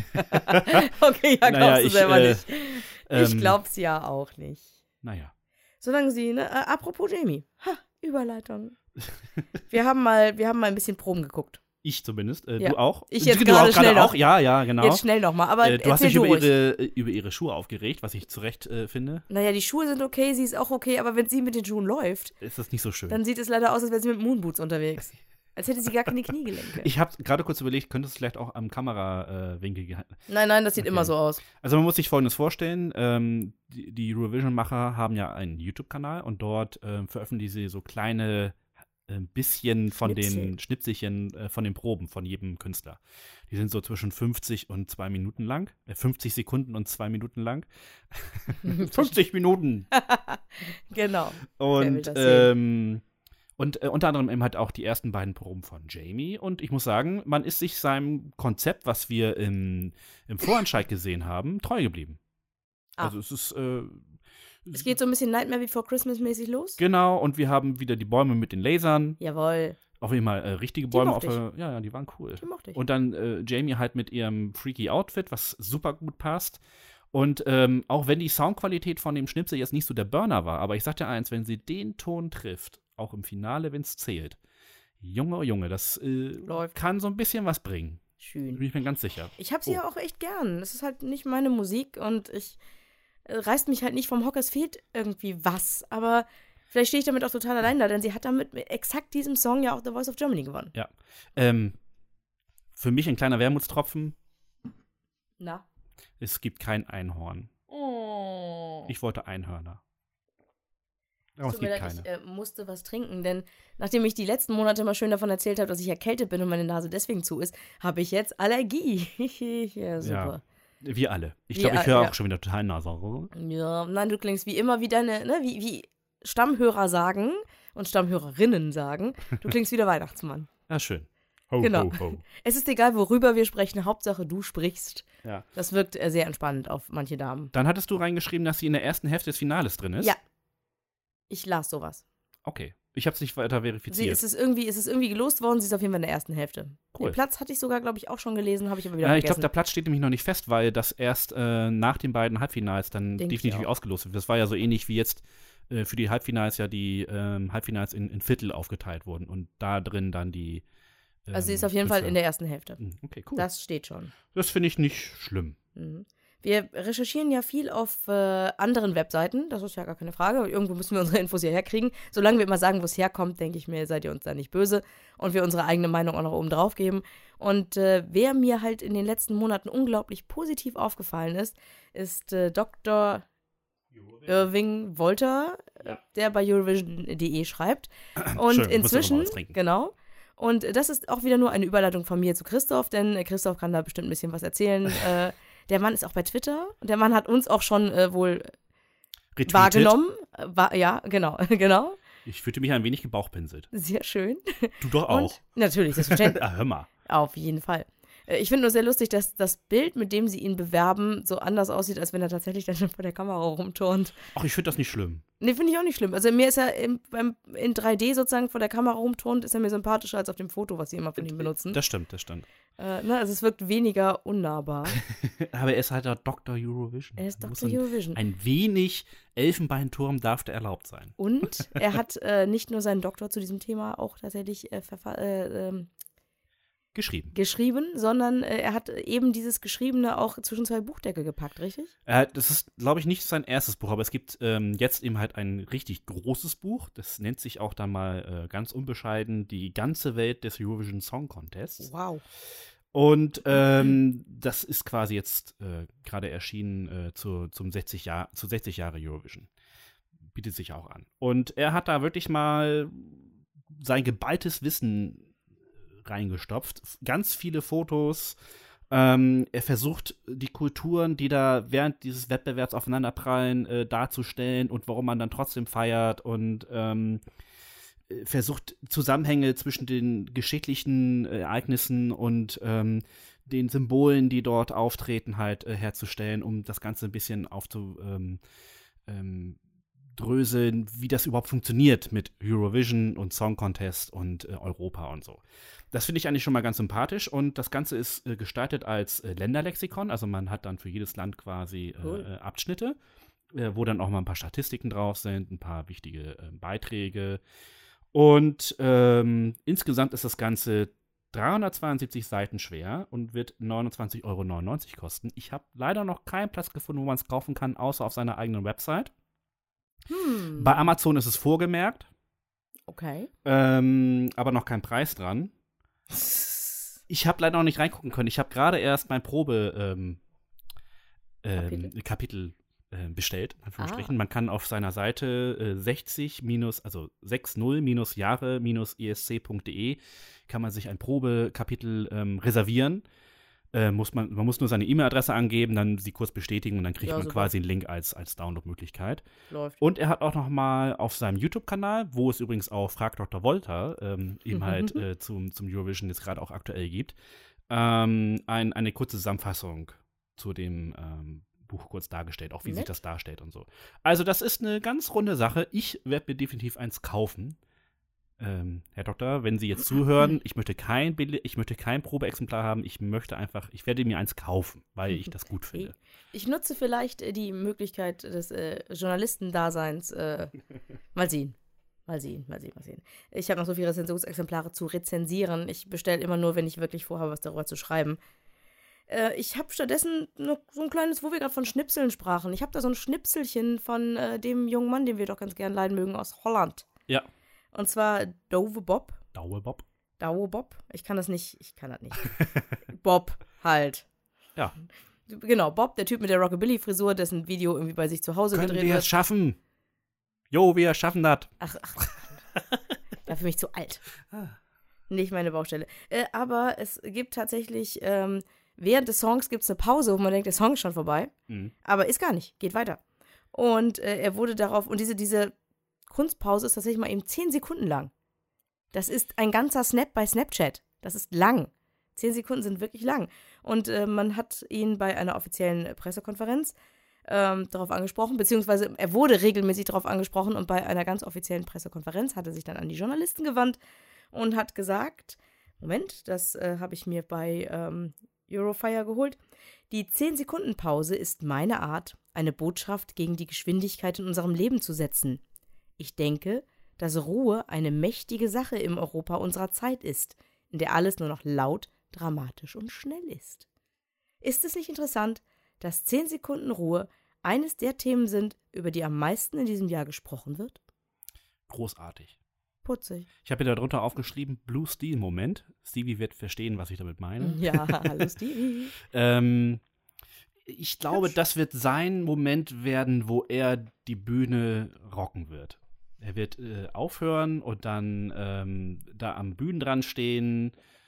[SPEAKER 3] Okay, ja, glaubst
[SPEAKER 4] Naja,
[SPEAKER 3] du
[SPEAKER 4] ich,
[SPEAKER 3] selber
[SPEAKER 4] äh,
[SPEAKER 3] nicht. Ich
[SPEAKER 4] ähm,
[SPEAKER 3] glaub's ja auch nicht.
[SPEAKER 4] Naja.
[SPEAKER 3] Solange sie, ne, äh, apropos Jamie, ha, Überleitung. Wir haben mal, wir haben mal ein bisschen Proben geguckt.
[SPEAKER 4] Ich zumindest. Äh,
[SPEAKER 3] Ja.
[SPEAKER 4] Du auch?
[SPEAKER 3] Ich jetzt
[SPEAKER 4] du
[SPEAKER 3] gerade
[SPEAKER 4] auch
[SPEAKER 3] schnell
[SPEAKER 4] auch?
[SPEAKER 3] noch.
[SPEAKER 4] Ja, ja, genau.
[SPEAKER 3] Jetzt schnell nochmal, aber
[SPEAKER 4] äh, du hast
[SPEAKER 3] erzähl
[SPEAKER 4] dich über
[SPEAKER 3] ruhig.
[SPEAKER 4] ihre, über ihre Schuhe aufgeregt, was ich zu Recht äh, finde.
[SPEAKER 3] Naja, die Schuhe sind okay, sie ist auch okay, aber wenn sie mit den Schuhen läuft,
[SPEAKER 4] Ist das nicht so schön.
[SPEAKER 3] dann sieht es leider aus, als wäre sie mit Moonboots unterwegs. Als hätte sie gar keine Kniegelenke.
[SPEAKER 4] Ich habe gerade kurz überlegt, könnte es vielleicht auch am Kamerawinkel gehalten.
[SPEAKER 3] Nein, nein, das sieht
[SPEAKER 4] Okay.
[SPEAKER 3] immer so aus.
[SPEAKER 4] Also man muss sich Folgendes vorstellen, ähm, die, die Eurovision-Macher haben ja einen YouTube-Kanal und dort ähm, veröffentlichen sie so kleine ein bisschen von
[SPEAKER 3] Schnipsel.
[SPEAKER 4] den Schnipselchen äh, von den Proben von jedem Künstler. Die sind so zwischen fünfzig und zwei Minuten lang. Äh, fünfzig Sekunden und zwei Minuten lang. fünfzig Minuten!
[SPEAKER 3] Genau. Wer will
[SPEAKER 4] Und,
[SPEAKER 3] das sehen?
[SPEAKER 4] ähm, und äh, unter anderem eben halt auch die ersten beiden Proben von Jamie. Und ich muss sagen, man ist sich seinem Konzept, was wir im, im Vorentscheid gesehen haben, treu geblieben.
[SPEAKER 3] Ah.
[SPEAKER 4] Also es ist äh,
[SPEAKER 3] Es geht so ein bisschen Nightmare Before Christmas mäßig los.
[SPEAKER 4] genau, und wir haben wieder die Bäume mit den Lasern.
[SPEAKER 3] Jawohl.
[SPEAKER 4] Auf jeden Fall äh, richtige Bäume. Auf,
[SPEAKER 3] mochte
[SPEAKER 4] äh, ja, ja, die waren cool.
[SPEAKER 3] Die mochte ich.
[SPEAKER 4] Und dann äh, Jamie halt mit ihrem freaky Outfit, was super gut passt. Und ähm, auch wenn die Soundqualität von dem Schnipsel jetzt nicht so der Burner war, aber ich sag dir eins, wenn sie den Ton trifft, auch im Finale, wenn es zählt, Junge, oh Junge, das äh,
[SPEAKER 3] Läuft.
[SPEAKER 4] kann so ein bisschen was bringen.
[SPEAKER 3] Schön.
[SPEAKER 4] Bin ich mir ganz sicher.
[SPEAKER 3] Ich habe sie
[SPEAKER 4] Oh.
[SPEAKER 3] ja auch echt gern. Es ist halt nicht meine Musik und ich äh, reißt mich halt nicht vom Hocker. Es fehlt irgendwie was. Aber vielleicht stehe ich damit auch total allein da, denn sie hat damit mit exakt diesem Song ja auch The Voice of Germany gewonnen.
[SPEAKER 4] Ja. Ähm, für mich ein kleiner Wermutstropfen.
[SPEAKER 3] Na?
[SPEAKER 4] Es gibt kein Einhorn.
[SPEAKER 3] Oh.
[SPEAKER 4] Ich wollte Einhörner. Aber es
[SPEAKER 3] Tut mir
[SPEAKER 4] gibt
[SPEAKER 3] leid,
[SPEAKER 4] keine.
[SPEAKER 3] ich äh, musste was trinken, denn nachdem ich die letzten Monate mal schön davon erzählt habe, dass ich erkältet bin und meine Nase deswegen zu ist, habe ich jetzt Allergie. Ja, super.
[SPEAKER 4] Wir alle. Ich
[SPEAKER 3] Wir
[SPEAKER 4] glaube, ich
[SPEAKER 3] all-
[SPEAKER 4] höre
[SPEAKER 3] ja.
[SPEAKER 4] auch schon wieder total nasal.
[SPEAKER 3] Ja, nein, du klingst wie immer wie deine, ne, wie, wie Stammhörer sagen und Stammhörerinnen sagen, du klingst wie der Weihnachtsmann.
[SPEAKER 4] Ja, schön. Ho,
[SPEAKER 3] Genau.
[SPEAKER 4] ho, ho.
[SPEAKER 3] Es ist egal, worüber wir sprechen, Hauptsache du sprichst.
[SPEAKER 4] Ja.
[SPEAKER 3] Das wirkt äh, sehr entspannend auf manche Damen.
[SPEAKER 4] Dann hattest du reingeschrieben, dass sie in der ersten Hälfte des Finales drin ist?
[SPEAKER 3] Ja. Ich las sowas.
[SPEAKER 4] Okay. Ich habe es nicht weiter
[SPEAKER 3] Sie
[SPEAKER 4] verifiziert.
[SPEAKER 3] ist es irgendwie, ist es irgendwie gelost worden, sie ist auf jeden Fall in der ersten Hälfte.
[SPEAKER 4] Cool.
[SPEAKER 3] Den Platz hatte ich sogar, glaube ich, auch schon gelesen, habe ich aber wieder
[SPEAKER 4] ja, ich glaube,
[SPEAKER 3] vergessen.
[SPEAKER 4] der Platz steht nämlich noch nicht fest, weil das erst äh, nach den beiden Halbfinals dann
[SPEAKER 3] Denk ich
[SPEAKER 4] definitiv
[SPEAKER 3] auch.
[SPEAKER 4] ausgelost wird. Das war ja so ähnlich wie jetzt äh, für die Halbfinals ja die ähm, Halbfinals in, in Viertel aufgeteilt wurden und da drin dann die ähm,
[SPEAKER 3] Also sie ist auf jeden Fall
[SPEAKER 4] Künstler-
[SPEAKER 3] in der ersten Hälfte.
[SPEAKER 4] Hm, Okay, cool.
[SPEAKER 3] Das steht schon.
[SPEAKER 4] Das finde ich nicht schlimm.
[SPEAKER 3] Mhm. Wir recherchieren ja viel auf äh, anderen Webseiten, das ist ja gar keine Frage. Irgendwo müssen wir unsere Infos hierher kriegen. Solange wir immer sagen, wo es herkommt, denke ich mir, seid ihr uns da nicht böse und wir unsere eigene Meinung auch noch oben drauf geben. Und äh, wer mir halt in den letzten Monaten unglaublich positiv aufgefallen ist, ist äh, Doktor Irving Wolter, äh, der bei Eurovision punkt de schreibt. Und
[SPEAKER 4] Schön, ich muss
[SPEAKER 3] inzwischen,
[SPEAKER 4] noch mal was trinken.
[SPEAKER 3] genau. Und das ist auch wieder nur eine Überleitung von mir zu Christoph, denn äh, Christoph kann da bestimmt ein bisschen was erzählen. äh, der Mann ist auch bei Twitter und der Mann hat uns auch schon äh, wohl
[SPEAKER 4] Retweetet.
[SPEAKER 3] wahrgenommen. Äh, war, ja, genau, genau.
[SPEAKER 4] Ich fühlte mich ein wenig gebauchpinselt.
[SPEAKER 3] Sehr schön.
[SPEAKER 4] Du doch
[SPEAKER 3] Und
[SPEAKER 4] auch.
[SPEAKER 3] natürlich, selbstverständlich.
[SPEAKER 4] Ah, hör mal.
[SPEAKER 3] Auf jeden Fall. Äh, Ich finde nur sehr lustig, dass das Bild, mit dem sie ihn bewerben, so anders aussieht, als wenn er tatsächlich dann schon vor der Kamera rumturnt.
[SPEAKER 4] Ach, ich finde das nicht schlimm.
[SPEAKER 3] Nee, finde ich auch nicht schlimm. Also mir ist er im, beim, in drei D sozusagen vor der Kamera rumturnt, ist er mir sympathischer als auf dem Foto, was sie immer von ihm benutzen.
[SPEAKER 4] Das stimmt, das stimmt.
[SPEAKER 3] Äh, ne, also es wirkt weniger unnahbar.
[SPEAKER 4] Aber er ist halt der Doktor Eurovision.
[SPEAKER 3] Er ist
[SPEAKER 4] Da muss
[SPEAKER 3] Doktor
[SPEAKER 4] ein-
[SPEAKER 3] Eurovision.
[SPEAKER 4] Ein wenig Elfenbeinturm darf da erlaubt sein.
[SPEAKER 3] Und er hat äh, nicht nur seinen Doktor zu diesem Thema auch tatsächlich äh, verfa- äh, ähm,
[SPEAKER 4] Geschrieben.
[SPEAKER 3] geschrieben, sondern äh, er hat eben dieses Geschriebene auch zwischen zwei Buchdeckel gepackt, richtig?
[SPEAKER 4] Äh, das ist, glaube ich, nicht sein erstes Buch, aber es gibt ähm, jetzt eben halt ein richtig großes Buch. Das nennt sich auch dann mal äh, ganz unbescheiden Die ganze Welt des Eurovision Song Contests.
[SPEAKER 3] Wow.
[SPEAKER 4] Und ähm, das ist quasi jetzt äh, gerade erschienen äh, zu, zum sechzig Jahr, zu sechzig Jahre Eurovision. Bietet sich auch an. Und er hat da wirklich mal sein geballtes Wissen reingestopft. Ganz viele Fotos. Ähm, er versucht, die Kulturen, die da während dieses Wettbewerbs aufeinanderprallen, äh, darzustellen und warum man dann trotzdem feiert und ähm, versucht, Zusammenhänge zwischen den geschichtlichen Ereignissen und ähm, den Symbolen, die dort auftreten, halt äh, herzustellen, um das Ganze ein bisschen aufzudröseln, ähm, ähm, wie das überhaupt funktioniert mit Eurovision und Song Contest und äh, Europa und so. Das finde ich eigentlich schon mal ganz sympathisch und das Ganze ist äh, gestaltet als äh, Länderlexikon, also man hat dann für jedes Land quasi äh,
[SPEAKER 3] Cool.
[SPEAKER 4] äh, Abschnitte, äh, wo dann auch mal ein paar Statistiken drauf sind, ein paar wichtige äh, Beiträge. Und ähm, insgesamt ist das Ganze dreihundertzweiundsiebzig Seiten schwer und wird neunundzwanzig Euro neunundneunzig kosten. Ich habe leider noch keinen Platz gefunden, wo man es kaufen kann, außer auf seiner eigenen Website.
[SPEAKER 3] Hm.
[SPEAKER 4] Bei Amazon ist es vorgemerkt,
[SPEAKER 3] Okay.
[SPEAKER 4] ähm, aber noch kein Preis dran. Ich habe leider noch nicht reingucken können. Ich habe gerade erst mein Probe ähm, ähm,
[SPEAKER 3] Kapitel?
[SPEAKER 4] Kapitel äh, bestellt, in Anführungsstrichen. Ah. Man kann auf seiner Seite äh, sechzig minus, also sechzig minus Jahre minus E S C punkt de kann man sich ein Probekapitel ähm, reservieren. Äh, muss man, man muss nur seine E-Mail-Adresse angeben, dann sie kurz bestätigen und dann kriegt ja, man super. quasi einen Link als, als Download-Möglichkeit. Läuft. Und er hat auch noch mal auf seinem YouTube-Kanal, wo es übrigens auch Frag Doktor Volta ähm, eben mhm. halt äh, zum, zum Eurovision jetzt gerade auch aktuell gibt, ähm, ein, eine kurze Zusammenfassung zu dem ähm, Buch kurz dargestellt, auch wie Nett. sich das darstellt und so. Also das ist eine ganz runde Sache. Ich werde mir definitiv eins kaufen. Ähm, Herr Doktor, wenn Sie jetzt zuhören, ich möchte kein Bild, ich möchte kein Probeexemplar haben, ich möchte einfach, ich werde mir eins kaufen, weil ich das gut finde.
[SPEAKER 3] Ich nutze vielleicht äh, die Möglichkeit des äh, Journalistendaseins, äh, mal sehen, mal sehen, mal sehen, mal sehen. Ich habe noch so viele Rezensionsexemplare zu rezensieren, ich bestelle immer nur, wenn ich wirklich vorhabe, was darüber zu schreiben. Äh, ich habe stattdessen noch so ein kleines, wo wir gerade von Schnipseln sprachen, ich habe da so ein Schnipselchen von äh, dem jungen Mann, den wir doch ganz gern leiden mögen, aus Holland.
[SPEAKER 4] Ja.
[SPEAKER 3] Und zwar Douwe Bob.
[SPEAKER 4] Douwe Bob?
[SPEAKER 3] Douwe Bob. Ich kann das nicht, ich kann das nicht. Bob halt.
[SPEAKER 4] Ja.
[SPEAKER 3] Genau, Bob, der Typ mit der Rockabilly-Frisur, dessen Video irgendwie bei sich zu Hause
[SPEAKER 4] Können
[SPEAKER 3] gedreht
[SPEAKER 4] wir
[SPEAKER 3] wird.
[SPEAKER 4] es schaffen? Jo, wir schaffen das.
[SPEAKER 3] Ach, ach. Dafür bin ich zu alt. Ah. Nicht meine Baustelle. Äh, aber es gibt tatsächlich, ähm, während des Songs gibt es eine Pause, wo man denkt, der Song ist schon vorbei. Mhm. Aber ist gar nicht, geht weiter. Und äh, er wurde darauf, und diese, diese Kunstpause ist tatsächlich mal eben zehn Sekunden lang. Das ist ein ganzer Snap bei Snapchat. Das ist lang. Zehn Sekunden sind wirklich lang. Und äh, man hat ihn bei einer offiziellen Pressekonferenz ähm, darauf angesprochen, beziehungsweise er wurde regelmäßig darauf angesprochen und bei einer ganz offiziellen Pressekonferenz hat er sich dann an die Journalisten gewandt und hat gesagt, Moment, das äh, habe ich mir bei ähm, Eurofire geholt, die zehn-Sekunden-Pause ist meine Art, eine Botschaft gegen die Geschwindigkeit in unserem Leben zu setzen. Ich denke, dass Ruhe eine mächtige Sache im Europa unserer Zeit ist, in der alles nur noch laut, dramatisch und schnell ist. Ist es nicht interessant, dass zehn Sekunden Ruhe eines der Themen sind, über die am meisten in diesem Jahr gesprochen wird?
[SPEAKER 4] Großartig.
[SPEAKER 3] Putzig.
[SPEAKER 4] Ich habe hier darunter aufgeschrieben, Blue Steel-Moment. Stevie wird verstehen, was ich damit meine.
[SPEAKER 3] Ja, hallo Stevie.
[SPEAKER 4] ähm, ich glaube, Hübsch. Das wird sein Moment werden, wo er die Bühne rocken wird. Er wird äh, aufhören und dann ähm, da am Bühnenrand stehen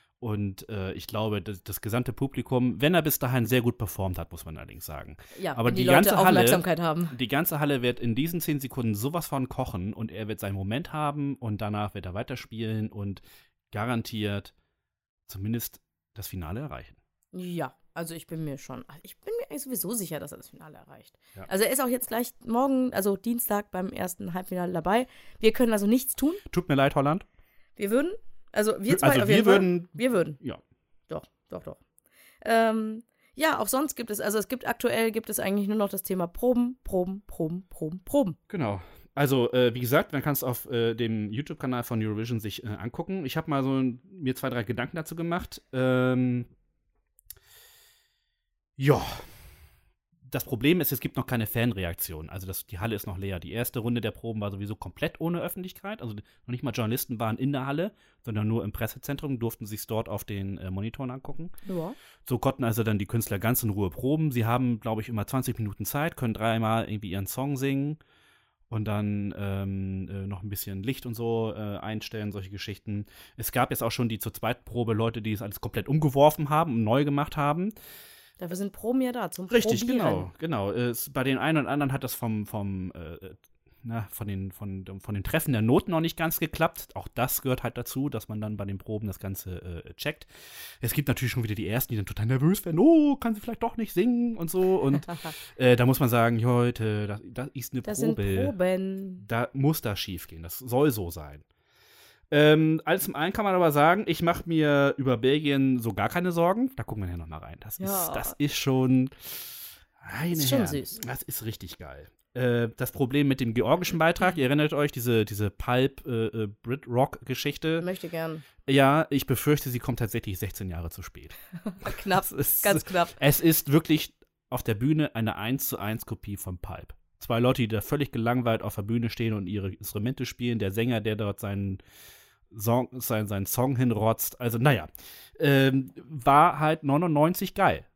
[SPEAKER 4] und äh, ich glaube, das, das gesamte Publikum, wenn er bis dahin sehr gut performt hat, muss man allerdings sagen.
[SPEAKER 3] Ja,
[SPEAKER 4] aber
[SPEAKER 3] wenn die,
[SPEAKER 4] die
[SPEAKER 3] Leute
[SPEAKER 4] ganze
[SPEAKER 3] Aufmerksamkeit
[SPEAKER 4] Halle,
[SPEAKER 3] haben.
[SPEAKER 4] Die ganze Halle wird in diesen zehn Sekunden sowas von kochen und er wird seinen Moment haben und danach wird er weiterspielen und garantiert zumindest das Finale erreichen.
[SPEAKER 3] Ja, also ich bin mir schon, ich bin mir eigentlich sowieso sicher, dass er das Finale erreicht.
[SPEAKER 4] Ja.
[SPEAKER 3] Also er ist auch jetzt gleich morgen, also Dienstag beim ersten Halbfinale dabei. Wir können also nichts tun.
[SPEAKER 4] Tut mir leid, Holland.
[SPEAKER 3] Wir würden, also wir zwei
[SPEAKER 4] also
[SPEAKER 3] auf
[SPEAKER 4] wir
[SPEAKER 3] jeden
[SPEAKER 4] würden,
[SPEAKER 3] Fall. Wir würden.
[SPEAKER 4] Ja.
[SPEAKER 3] Doch, doch, doch. Ähm, ja, auch sonst gibt es, also es gibt aktuell, gibt es eigentlich nur noch das Thema Proben, Proben, Proben, Proben, Proben.
[SPEAKER 4] Genau. Also, äh, wie gesagt, man kann es auf äh, dem YouTube-Kanal von Eurovision sich äh, angucken. Ich habe mal so mir zwei, drei Gedanken dazu gemacht. Ähm, Ja, das Problem ist, es gibt noch keine Fanreaktion. Also das, die Halle ist noch leer. Die erste Runde der Proben war sowieso komplett ohne Öffentlichkeit. Also noch nicht mal Journalisten waren in der Halle, sondern nur im Pressezentrum, durften sich es dort auf den äh, Monitoren angucken.
[SPEAKER 3] Ja.
[SPEAKER 4] So konnten also dann die Künstler ganz in Ruhe proben. Sie haben, glaube ich, immer zwanzig Minuten Zeit, können dreimal irgendwie ihren Song singen und dann ähm, äh, noch ein bisschen Licht und so äh, einstellen, solche Geschichten. Es gab jetzt auch schon die zur zweiten Probe Leute, die es alles komplett umgeworfen haben und neu gemacht haben.
[SPEAKER 3] Dafür sind Proben ja da, zum
[SPEAKER 4] Richtig,
[SPEAKER 3] Probieren.
[SPEAKER 4] genau, genau. Es, bei den einen und anderen hat das vom, vom äh, na, von den, von, von den Treffen der Noten noch nicht ganz geklappt. Auch das gehört halt dazu, dass man dann bei den Proben das Ganze äh, checkt. Es gibt natürlich schon wieder die Ersten, die dann total nervös werden. Oh, kann sie vielleicht doch nicht singen und so. Und äh, da muss man sagen, Leute, das, das ist eine
[SPEAKER 3] das
[SPEAKER 4] Probe.
[SPEAKER 3] Sind Proben.
[SPEAKER 4] Da muss das schief gehen. Das soll so sein. Ähm, alles zum einen kann man aber sagen, ich mache mir über Belgien so gar keine Sorgen. Da gucken wir ja noch mal rein. Das,
[SPEAKER 3] ja.
[SPEAKER 4] ist, das ist schon
[SPEAKER 3] Das ist schon süß.
[SPEAKER 4] Das ist richtig geil. Äh, das Problem mit dem georgischen Beitrag, ihr erinnert euch, diese, diese Pulp-Brit-Rock-Geschichte.
[SPEAKER 3] Äh, Möchte gern.
[SPEAKER 4] Ja, ich befürchte, sie kommt tatsächlich sechzehn Jahre zu spät.
[SPEAKER 3] Knapp, ist, ganz knapp.
[SPEAKER 4] Es ist wirklich auf der Bühne eine eins zu eins Kopie von Pulp. Zwei Leute, die da völlig gelangweilt auf der Bühne stehen und ihre Instrumente spielen. Der Sänger, der dort seinen Song, sein, seinen Song hinrotzt. Also, naja, ähm, war halt neunundneunzig geil.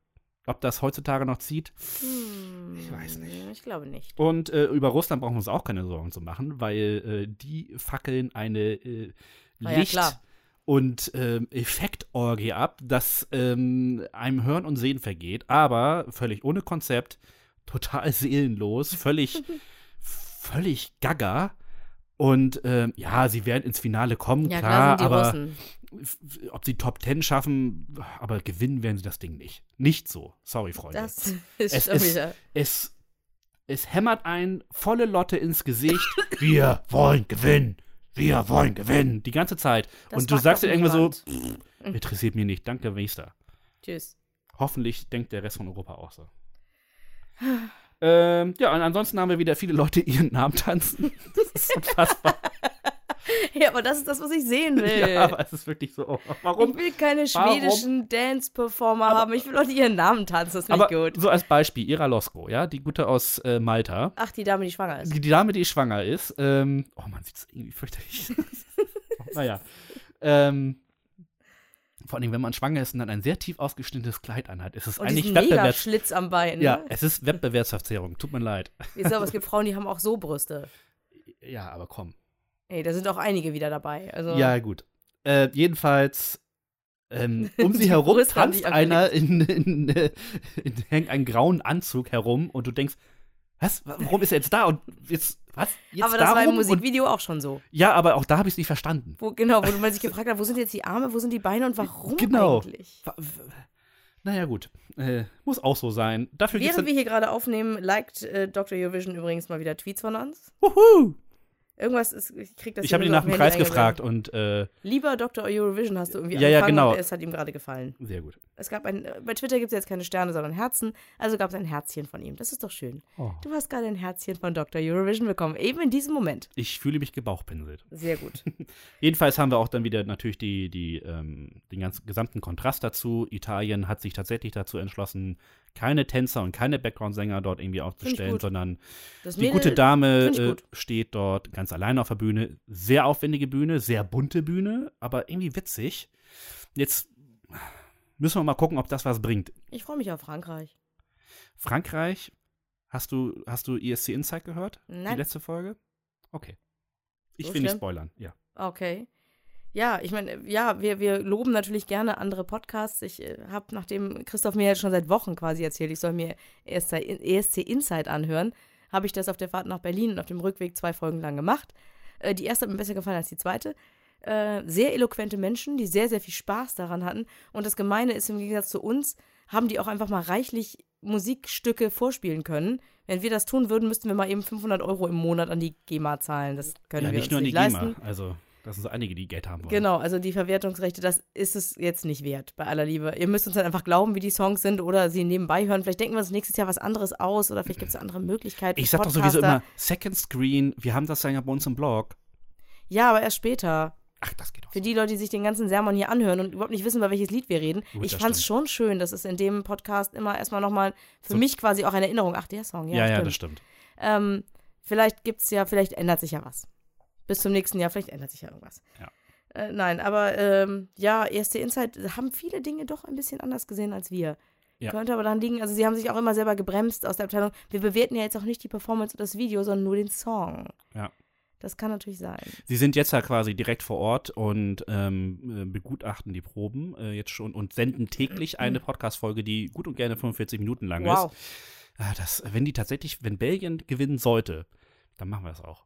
[SPEAKER 4] Ob das heutzutage noch zieht,
[SPEAKER 3] Hm,
[SPEAKER 4] ich weiß nicht.
[SPEAKER 3] Ich glaube nicht.
[SPEAKER 4] Und äh, über Russland brauchen wir uns auch keine Sorgen zu machen, weil äh, die fackeln eine äh,
[SPEAKER 3] Na ja,
[SPEAKER 4] Licht-
[SPEAKER 3] klar.
[SPEAKER 4] und ähm, Effektorgie ab, das ähm, einem Hören und Sehen vergeht, aber völlig ohne Konzept, total seelenlos, völlig, völlig gaga. Und ähm, ja, sie werden ins Finale kommen,
[SPEAKER 3] Ja,
[SPEAKER 4] klar,
[SPEAKER 3] klar sind die
[SPEAKER 4] aber
[SPEAKER 3] Russen.
[SPEAKER 4] f- ob sie Top Ten schaffen, aber gewinnen werden sie das Ding nicht. Nicht so. Sorry, Freunde.
[SPEAKER 3] Das ist
[SPEAKER 4] es,
[SPEAKER 3] schon
[SPEAKER 4] es,
[SPEAKER 3] wieder.
[SPEAKER 4] es, es hämmert ein volle Lotte ins Gesicht. Wir wollen gewinnen. Wir wollen gewinnen. Die ganze Zeit.
[SPEAKER 3] Das
[SPEAKER 4] Und du
[SPEAKER 3] mag
[SPEAKER 4] sagst
[SPEAKER 3] doch
[SPEAKER 4] dir irgendwann so,
[SPEAKER 3] niemand.
[SPEAKER 4] pff, interessiert mich nicht. Danke, nächster.
[SPEAKER 3] Tschüss.
[SPEAKER 4] Hoffentlich denkt der Rest von Europa auch so. ähm, ja, und ansonsten haben wir wieder viele Leute ihren Namen tanzen. Das ist unfassbar.
[SPEAKER 3] Ja, aber das ist das, was ich sehen will.
[SPEAKER 4] Ja, aber es ist wirklich so. Warum?
[SPEAKER 3] Ich will keine
[SPEAKER 4] Warum?
[SPEAKER 3] schwedischen Dance-Performer haben. Ich will Leute ihren Namen tanzen. Das finde
[SPEAKER 4] Aber
[SPEAKER 3] ich gut.
[SPEAKER 4] so als Beispiel, Ira Losko, ja, die Gute aus äh, Malta.
[SPEAKER 3] Ach, die Dame, die schwanger ist.
[SPEAKER 4] Die, die Dame, die schwanger ist, ähm, oh man sieht es irgendwie fürchterlich. Naja. Ähm, vor allem, wenn man schwanger ist und dann ein sehr tief ausgeschnittenes Kleid anhat, ist es
[SPEAKER 3] Und
[SPEAKER 4] eigentlich
[SPEAKER 3] diesen mega
[SPEAKER 4] Wettbewerbs...
[SPEAKER 3] Schlitz am Bein.
[SPEAKER 4] Ja,
[SPEAKER 3] Ne?
[SPEAKER 4] es ist Wettbewerbsverzerrung. Tut mir leid.
[SPEAKER 3] Wieso, aber es gibt Frauen, die haben auch so Brüste.
[SPEAKER 4] Ja, aber komm.
[SPEAKER 3] Ey, da sind auch einige wieder dabei. Also,
[SPEAKER 4] Ja, gut. Äh, jedenfalls, ähm, um sie
[SPEAKER 3] Die
[SPEAKER 4] herum
[SPEAKER 3] Brüste haben
[SPEAKER 4] tanzt
[SPEAKER 3] dich
[SPEAKER 4] einer in, in, in, in, in einem grauen Anzug herum und du denkst, was? Warum ist er jetzt da? Und jetzt, was? Jetzt
[SPEAKER 3] aber das war im
[SPEAKER 4] darum? Und,
[SPEAKER 3] Musikvideo auch schon so.
[SPEAKER 4] ja, aber auch da habe ich es nicht verstanden.
[SPEAKER 3] Wo, genau, wo man sich gefragt hat, wo sind jetzt die Arme, wo sind die Beine und warum
[SPEAKER 4] Genau.
[SPEAKER 3] eigentlich?
[SPEAKER 4] Wa- w- Naja, gut. Äh, muss auch so sein. Dafür gibt's
[SPEAKER 3] Während wir
[SPEAKER 4] dann.
[SPEAKER 3] hier gerade aufnehmen, liked äh, Doktor Eurovision übrigens mal wieder Tweets von uns.
[SPEAKER 4] Wuhu!
[SPEAKER 3] Irgendwas ist, ich krieg das
[SPEAKER 4] Ich
[SPEAKER 3] hier
[SPEAKER 4] habe ihn
[SPEAKER 3] nur
[SPEAKER 4] nach
[SPEAKER 3] so
[SPEAKER 4] dem
[SPEAKER 3] auf
[SPEAKER 4] Preis
[SPEAKER 3] Handy
[SPEAKER 4] gefragt und äh,
[SPEAKER 3] eingeblendet. Lieber Doktor Eurovision hast du irgendwie
[SPEAKER 4] Ja, ja,
[SPEAKER 3] angefangen
[SPEAKER 4] genau.
[SPEAKER 3] und es hat ihm gerade gefallen.
[SPEAKER 4] sehr gut.
[SPEAKER 3] Es gab ein, äh, bei Twitter gibt es jetzt keine Sterne, sondern Herzen, also gab es ein Herzchen von ihm. Das ist doch schön.
[SPEAKER 4] Oh.
[SPEAKER 3] Du hast gerade ein Herzchen von Doktor Eurovision bekommen, eben in diesem Moment.
[SPEAKER 4] Ich fühle mich gebauchpinselt.
[SPEAKER 3] Sehr gut.
[SPEAKER 4] Jedenfalls haben wir auch dann wieder natürlich die, die, ähm, den ganzen gesamten Kontrast dazu. Italien hat sich tatsächlich dazu entschlossen, keine Tänzer und keine Background-Sänger dort irgendwie aufzustellen,
[SPEAKER 3] gut.
[SPEAKER 4] sondern
[SPEAKER 3] Das
[SPEAKER 4] die
[SPEAKER 3] Mädel-
[SPEAKER 4] gute Dame
[SPEAKER 3] find ich
[SPEAKER 4] äh,
[SPEAKER 3] gut.
[SPEAKER 4] steht dort ganz allein auf der Bühne. Sehr aufwendige Bühne, sehr bunte Bühne, aber irgendwie witzig. Jetzt müssen wir mal gucken, ob das was bringt.
[SPEAKER 3] Ich freue mich auf Frankreich.
[SPEAKER 4] Frankreich, hast du, hast du E S C Insight gehört? Die
[SPEAKER 3] Nein.
[SPEAKER 4] letzte Folge? Okay. Ich
[SPEAKER 3] So
[SPEAKER 4] will nicht
[SPEAKER 3] schlimm?
[SPEAKER 4] spoilern, ja.
[SPEAKER 3] Okay. Ja, ich meine, ja, wir, wir loben natürlich gerne andere Podcasts. Ich äh, habe, nachdem Christoph mir jetzt schon seit Wochen quasi erzählt, ich soll mir E S C Insight anhören, habe ich das auf der Fahrt nach Berlin und auf dem Rückweg zwei Folgen lang gemacht. Äh, die erste hat mir besser gefallen als die zweite. Äh, sehr eloquente Menschen, die sehr, sehr viel Spaß daran hatten. Und das Gemeine ist, im Gegensatz zu uns, haben die auch einfach mal reichlich Musikstücke vorspielen können. Wenn wir das tun würden, müssten wir mal eben fünfhundert Euro im Monat an die GEMA zahlen. Das können
[SPEAKER 4] Ja,
[SPEAKER 3] wir
[SPEAKER 4] nicht
[SPEAKER 3] uns
[SPEAKER 4] nur an die
[SPEAKER 3] nicht
[SPEAKER 4] GEMA.
[SPEAKER 3] leisten.
[SPEAKER 4] Also, das sind so einige, die Geld haben wollen.
[SPEAKER 3] Genau, also die Verwertungsrechte, das ist es jetzt nicht wert, bei aller Liebe. Ihr müsst uns dann einfach glauben, wie die Songs sind oder sie nebenbei hören. Vielleicht denken wir uns nächstes Jahr was anderes aus oder vielleicht gibt es andere Möglichkeiten.
[SPEAKER 4] Ich
[SPEAKER 3] für
[SPEAKER 4] sag doch sowieso
[SPEAKER 3] Podcaster.
[SPEAKER 4] immer, Second Screen, wir haben das ja bei uns im Blog.
[SPEAKER 3] Ja, aber erst später.
[SPEAKER 4] Ach, das geht auch.
[SPEAKER 3] Für die Leute, die sich den ganzen Sermon hier anhören und überhaupt nicht wissen, über welches Lied wir reden.
[SPEAKER 4] Gut,
[SPEAKER 3] ich
[SPEAKER 4] das
[SPEAKER 3] fand es
[SPEAKER 4] stimmt.
[SPEAKER 3] schon schön, dass es in dem Podcast immer erstmal nochmal für
[SPEAKER 4] So-
[SPEAKER 3] mich quasi auch eine Erinnerung. Ach, der Song, ja,
[SPEAKER 4] Ja, ja,
[SPEAKER 3] stimmt.
[SPEAKER 4] das stimmt.
[SPEAKER 3] Ähm, vielleicht gibt's ja, vielleicht ändert sich ja was. Bis zum nächsten Jahr, vielleicht ändert sich ja irgendwas.
[SPEAKER 4] Ja.
[SPEAKER 3] Äh, nein, aber ähm, ja, E S C Insight haben viele Dinge doch ein bisschen anders gesehen als wir.
[SPEAKER 4] Ja.
[SPEAKER 3] Könnte aber dann liegen, also sie haben sich auch immer selber gebremst aus der Abteilung. Wir bewerten ja jetzt auch nicht die Performance oder das Video, sondern nur den Song.
[SPEAKER 4] Ja.
[SPEAKER 3] Das kann natürlich sein.
[SPEAKER 4] Sie sind jetzt ja quasi direkt vor Ort und ähm, äh, begutachten die Proben äh, jetzt schon und senden täglich eine Podcast-Folge, die gut und gerne fünfundvierzig Minuten lang
[SPEAKER 3] Wow.
[SPEAKER 4] ist. Ja, das, wenn die tatsächlich, wenn Belgien gewinnen sollte, dann machen wir das auch.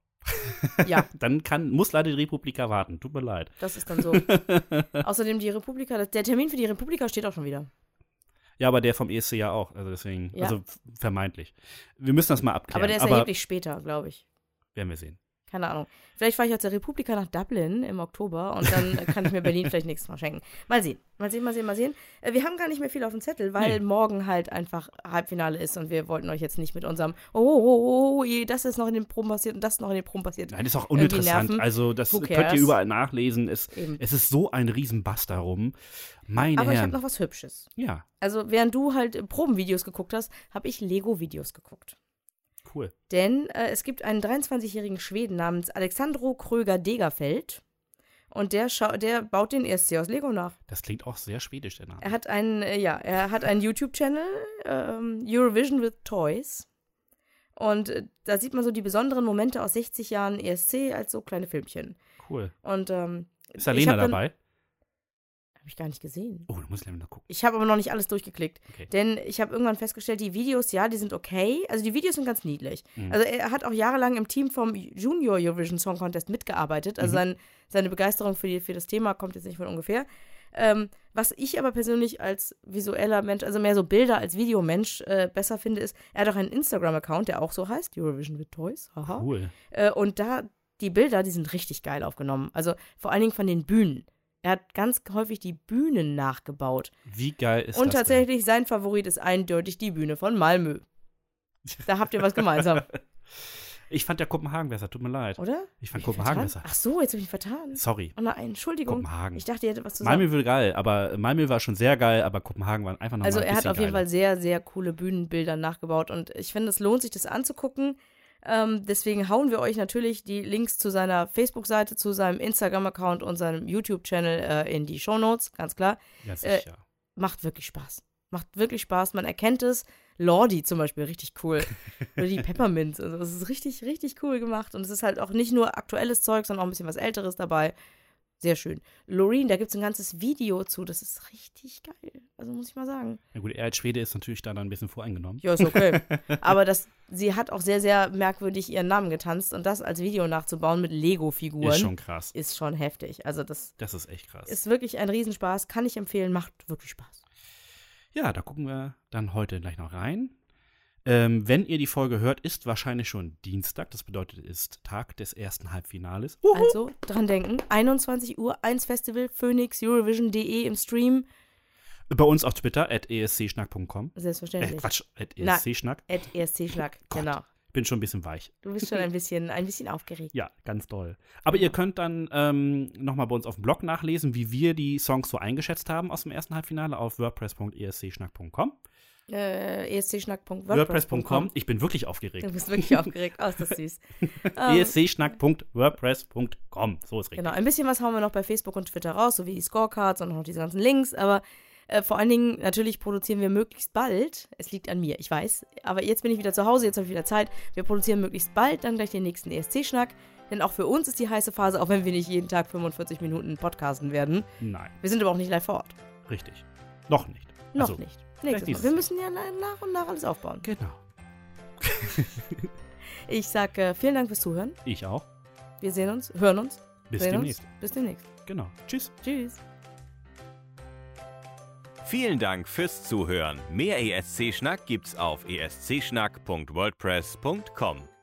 [SPEAKER 3] Ja,
[SPEAKER 4] Dann kann, muss leider die Republika warten. Tut mir leid.
[SPEAKER 3] das ist dann so. Außerdem die Republika, das- der Termin für die Republika steht auch schon wieder.
[SPEAKER 4] Ja, aber der vom E S C ja auch. Also deswegen,
[SPEAKER 3] Ja.
[SPEAKER 4] also f- vermeintlich. Wir müssen das mal abklären.
[SPEAKER 3] Aber der ist
[SPEAKER 4] aber
[SPEAKER 3] erheblich später, glaube ich.
[SPEAKER 4] werden wir sehen.
[SPEAKER 3] Keine Ahnung. Vielleicht fahre ich aus der Republika nach Dublin im Oktober und dann kann ich mir Berlin vielleicht nächstes Mal schenken. Mal sehen, mal sehen, mal sehen, mal sehen. Äh, Wir haben gar nicht mehr viel auf dem Zettel, weil
[SPEAKER 4] Nee.
[SPEAKER 3] morgen halt einfach Halbfinale ist und wir wollten euch jetzt nicht mit unserem oh, oh, oh, oh, je, das ist noch in den Proben passiert und das ist noch in den Proben passiert.
[SPEAKER 4] Nein, ist auch
[SPEAKER 3] Irgendwie
[SPEAKER 4] uninteressant.
[SPEAKER 3] nerven.
[SPEAKER 4] Also das
[SPEAKER 3] Who
[SPEAKER 4] könnt ihr
[SPEAKER 3] cares?
[SPEAKER 4] überall nachlesen. Es,
[SPEAKER 3] Eben.
[SPEAKER 4] es ist so ein Riesenbass darum. Meine
[SPEAKER 3] Aber ich habe
[SPEAKER 4] Herren.
[SPEAKER 3] noch was Hübsches.
[SPEAKER 4] Ja,
[SPEAKER 3] Also während du halt äh, Probenvideos geguckt hast, habe ich Lego-Videos geguckt.
[SPEAKER 4] cool.
[SPEAKER 3] Denn äh, es gibt einen dreiundzwanzigjährigen Schweden namens Alexandro Kröger Degerfeld. Und der, schau- der baut den E S C aus Lego nach.
[SPEAKER 4] Das klingt auch sehr schwedisch, der Name.
[SPEAKER 3] Er hat einen, äh, ja, er hat einen YouTube-Channel, ähm, Eurovision with Toys. Und äh, da sieht man so die besonderen Momente aus sechzig Jahren E S C als so kleine Filmchen.
[SPEAKER 4] Cool.
[SPEAKER 3] Und, ähm,
[SPEAKER 4] Ist Alena
[SPEAKER 3] hab dann-
[SPEAKER 4] dabei?
[SPEAKER 3] Habe ich gar nicht gesehen.
[SPEAKER 4] Oh, du musst gleich mal gucken.
[SPEAKER 3] Ich habe aber noch nicht alles durchgeklickt.
[SPEAKER 4] Okay.
[SPEAKER 3] Denn ich habe irgendwann festgestellt, die Videos, ja, die sind okay. Also die Videos sind ganz niedlich.
[SPEAKER 4] Mhm.
[SPEAKER 3] Also er hat auch jahrelang im Team vom Junior Eurovision Song Contest mitgearbeitet. Also
[SPEAKER 4] Mhm.
[SPEAKER 3] sein, seine Begeisterung für, die, für das Thema kommt jetzt nicht von ungefähr. Ähm, was ich aber persönlich als visueller Mensch, also mehr so Bilder als Videomensch äh, besser finde, ist, er hat auch einen Instagram-Account, der auch so heißt, Eurovision with Toys. Haha.
[SPEAKER 4] Cool.
[SPEAKER 3] Äh, und da, die Bilder, die sind richtig geil aufgenommen. Also vor allen Dingen von den Bühnen. Er hat ganz häufig die Bühnen nachgebaut.
[SPEAKER 4] Wie geil ist
[SPEAKER 3] Und
[SPEAKER 4] das
[SPEAKER 3] tatsächlich, sein Favorit ist eindeutig die Bühne von Malmö. Da habt ihr was gemeinsam,
[SPEAKER 4] denn? Ich fand ja Kopenhagen besser, tut mir leid.
[SPEAKER 3] oder?
[SPEAKER 4] Ich fand
[SPEAKER 3] Hab ich
[SPEAKER 4] Kopenhagen
[SPEAKER 3] vertan?
[SPEAKER 4] besser.
[SPEAKER 3] Ach so, jetzt habe ich mich vertan.
[SPEAKER 4] Sorry.
[SPEAKER 3] Oh nein, Entschuldigung.
[SPEAKER 4] Kopenhagen.
[SPEAKER 3] Ich dachte, ihr hättet was zu sagen.
[SPEAKER 4] Malmö war geil, aber Malmö war schon sehr geil, aber Kopenhagen war einfach noch
[SPEAKER 3] Also
[SPEAKER 4] mal ein
[SPEAKER 3] er hat
[SPEAKER 4] bisschen
[SPEAKER 3] auf jeden
[SPEAKER 4] geiler.
[SPEAKER 3] Fall sehr, sehr coole Bühnenbilder nachgebaut. Und ich finde, es lohnt sich, das anzugucken. Ähm, deswegen hauen wir euch natürlich die Links zu seiner Facebook-Seite, zu seinem Instagram-Account und seinem YouTube-Channel äh, in die Shownotes, ganz klar.
[SPEAKER 4] Ja, sicher.
[SPEAKER 3] Macht wirklich Spaß. Macht wirklich Spaß. Man erkennt es. Lordi zum Beispiel, richtig cool. Oder die Peppermints. Also es ist richtig, richtig cool gemacht. Und es ist halt auch nicht nur aktuelles Zeug, sondern auch ein bisschen was Älteres dabei. Sehr schön. Loreen, da gibt es ein ganzes Video zu. Das ist richtig geil. Also muss ich mal sagen.
[SPEAKER 4] Ja gut, er als Schwede ist natürlich da dann ein bisschen voreingenommen.
[SPEAKER 3] Ja, ist okay. Aber das, sie hat auch sehr, sehr merkwürdig ihren Namen getanzt. Und das als Video nachzubauen mit Lego-Figuren
[SPEAKER 4] Ist schon krass.
[SPEAKER 3] ist schon heftig. Also das
[SPEAKER 4] Das ist echt krass.
[SPEAKER 3] ist wirklich ein Riesenspaß. Kann ich empfehlen. Macht wirklich Spaß.
[SPEAKER 4] Ja, da gucken wir dann heute gleich noch rein. Ähm, wenn ihr die Folge hört, ist wahrscheinlich schon Dienstag. Das bedeutet, es ist Tag des ersten Halbfinales. Uh,
[SPEAKER 3] Also dran denken, einundzwanzig Uhr, eins Festival, Phoenix, Eurovision punkt de im Stream.
[SPEAKER 4] Bei uns auf Twitter, at e s c schnack punkt com. Äh,
[SPEAKER 3] Selbstverständlich.
[SPEAKER 4] Quatsch, at
[SPEAKER 3] Na.
[SPEAKER 4] escschnack.
[SPEAKER 3] At E S C-Schnack,
[SPEAKER 4] Gott.
[SPEAKER 3] genau.
[SPEAKER 4] Bin schon ein bisschen weich.
[SPEAKER 3] Du bist schon ein bisschen, ein bisschen aufgeregt.
[SPEAKER 4] Ja, ganz toll. Aber ihr könnt dann ähm, nochmal bei uns auf dem Blog nachlesen, wie wir die Songs so eingeschätzt haben aus dem ersten Halbfinale auf wordpress punkt e s c schnack punkt com.
[SPEAKER 3] Äh, E S C schnack punkt
[SPEAKER 4] wordpress
[SPEAKER 3] wordpress
[SPEAKER 4] punkt
[SPEAKER 3] punkt
[SPEAKER 4] com.
[SPEAKER 3] com.
[SPEAKER 4] Ich bin wirklich aufgeregt.
[SPEAKER 3] Du bist wirklich aufgeregt. Oh, ist das süß.
[SPEAKER 4] e
[SPEAKER 3] Ähm,
[SPEAKER 4] s c schnack punkt wordpress punkt com. So ist richtig.
[SPEAKER 3] Genau, ein bisschen was hauen wir noch bei Facebook und Twitter raus, so wie die Scorecards und noch diese ganzen Links, aber äh, vor allen Dingen, natürlich produzieren wir möglichst bald, es liegt an mir, ich weiß, aber jetzt bin ich wieder zu Hause, jetzt habe ich wieder Zeit, wir produzieren möglichst bald dann gleich den nächsten E S C-Schnack, denn auch für uns ist die heiße Phase, auch wenn wir nicht jeden Tag fünfundvierzig Minuten podcasten werden.
[SPEAKER 4] Nein,
[SPEAKER 3] Wir sind aber auch nicht live vor Ort.
[SPEAKER 4] richtig. Noch nicht.
[SPEAKER 3] Noch
[SPEAKER 4] Also,
[SPEAKER 3] nicht. Nächstes
[SPEAKER 4] dieses
[SPEAKER 3] Mal. Wir müssen ja nach und nach alles aufbauen.
[SPEAKER 4] Genau.
[SPEAKER 3] Ich sage äh, vielen Dank fürs Zuhören.
[SPEAKER 4] Ich auch.
[SPEAKER 3] Wir sehen uns, hören uns.
[SPEAKER 4] Bis
[SPEAKER 3] sehen
[SPEAKER 4] demnächst.
[SPEAKER 3] Uns. Bis demnächst.
[SPEAKER 4] Genau. Tschüss.
[SPEAKER 3] Tschüss.
[SPEAKER 1] Vielen Dank fürs Zuhören. Mehr E S C-Schnack gibt's auf e s c schnack punkt wordpress punkt com.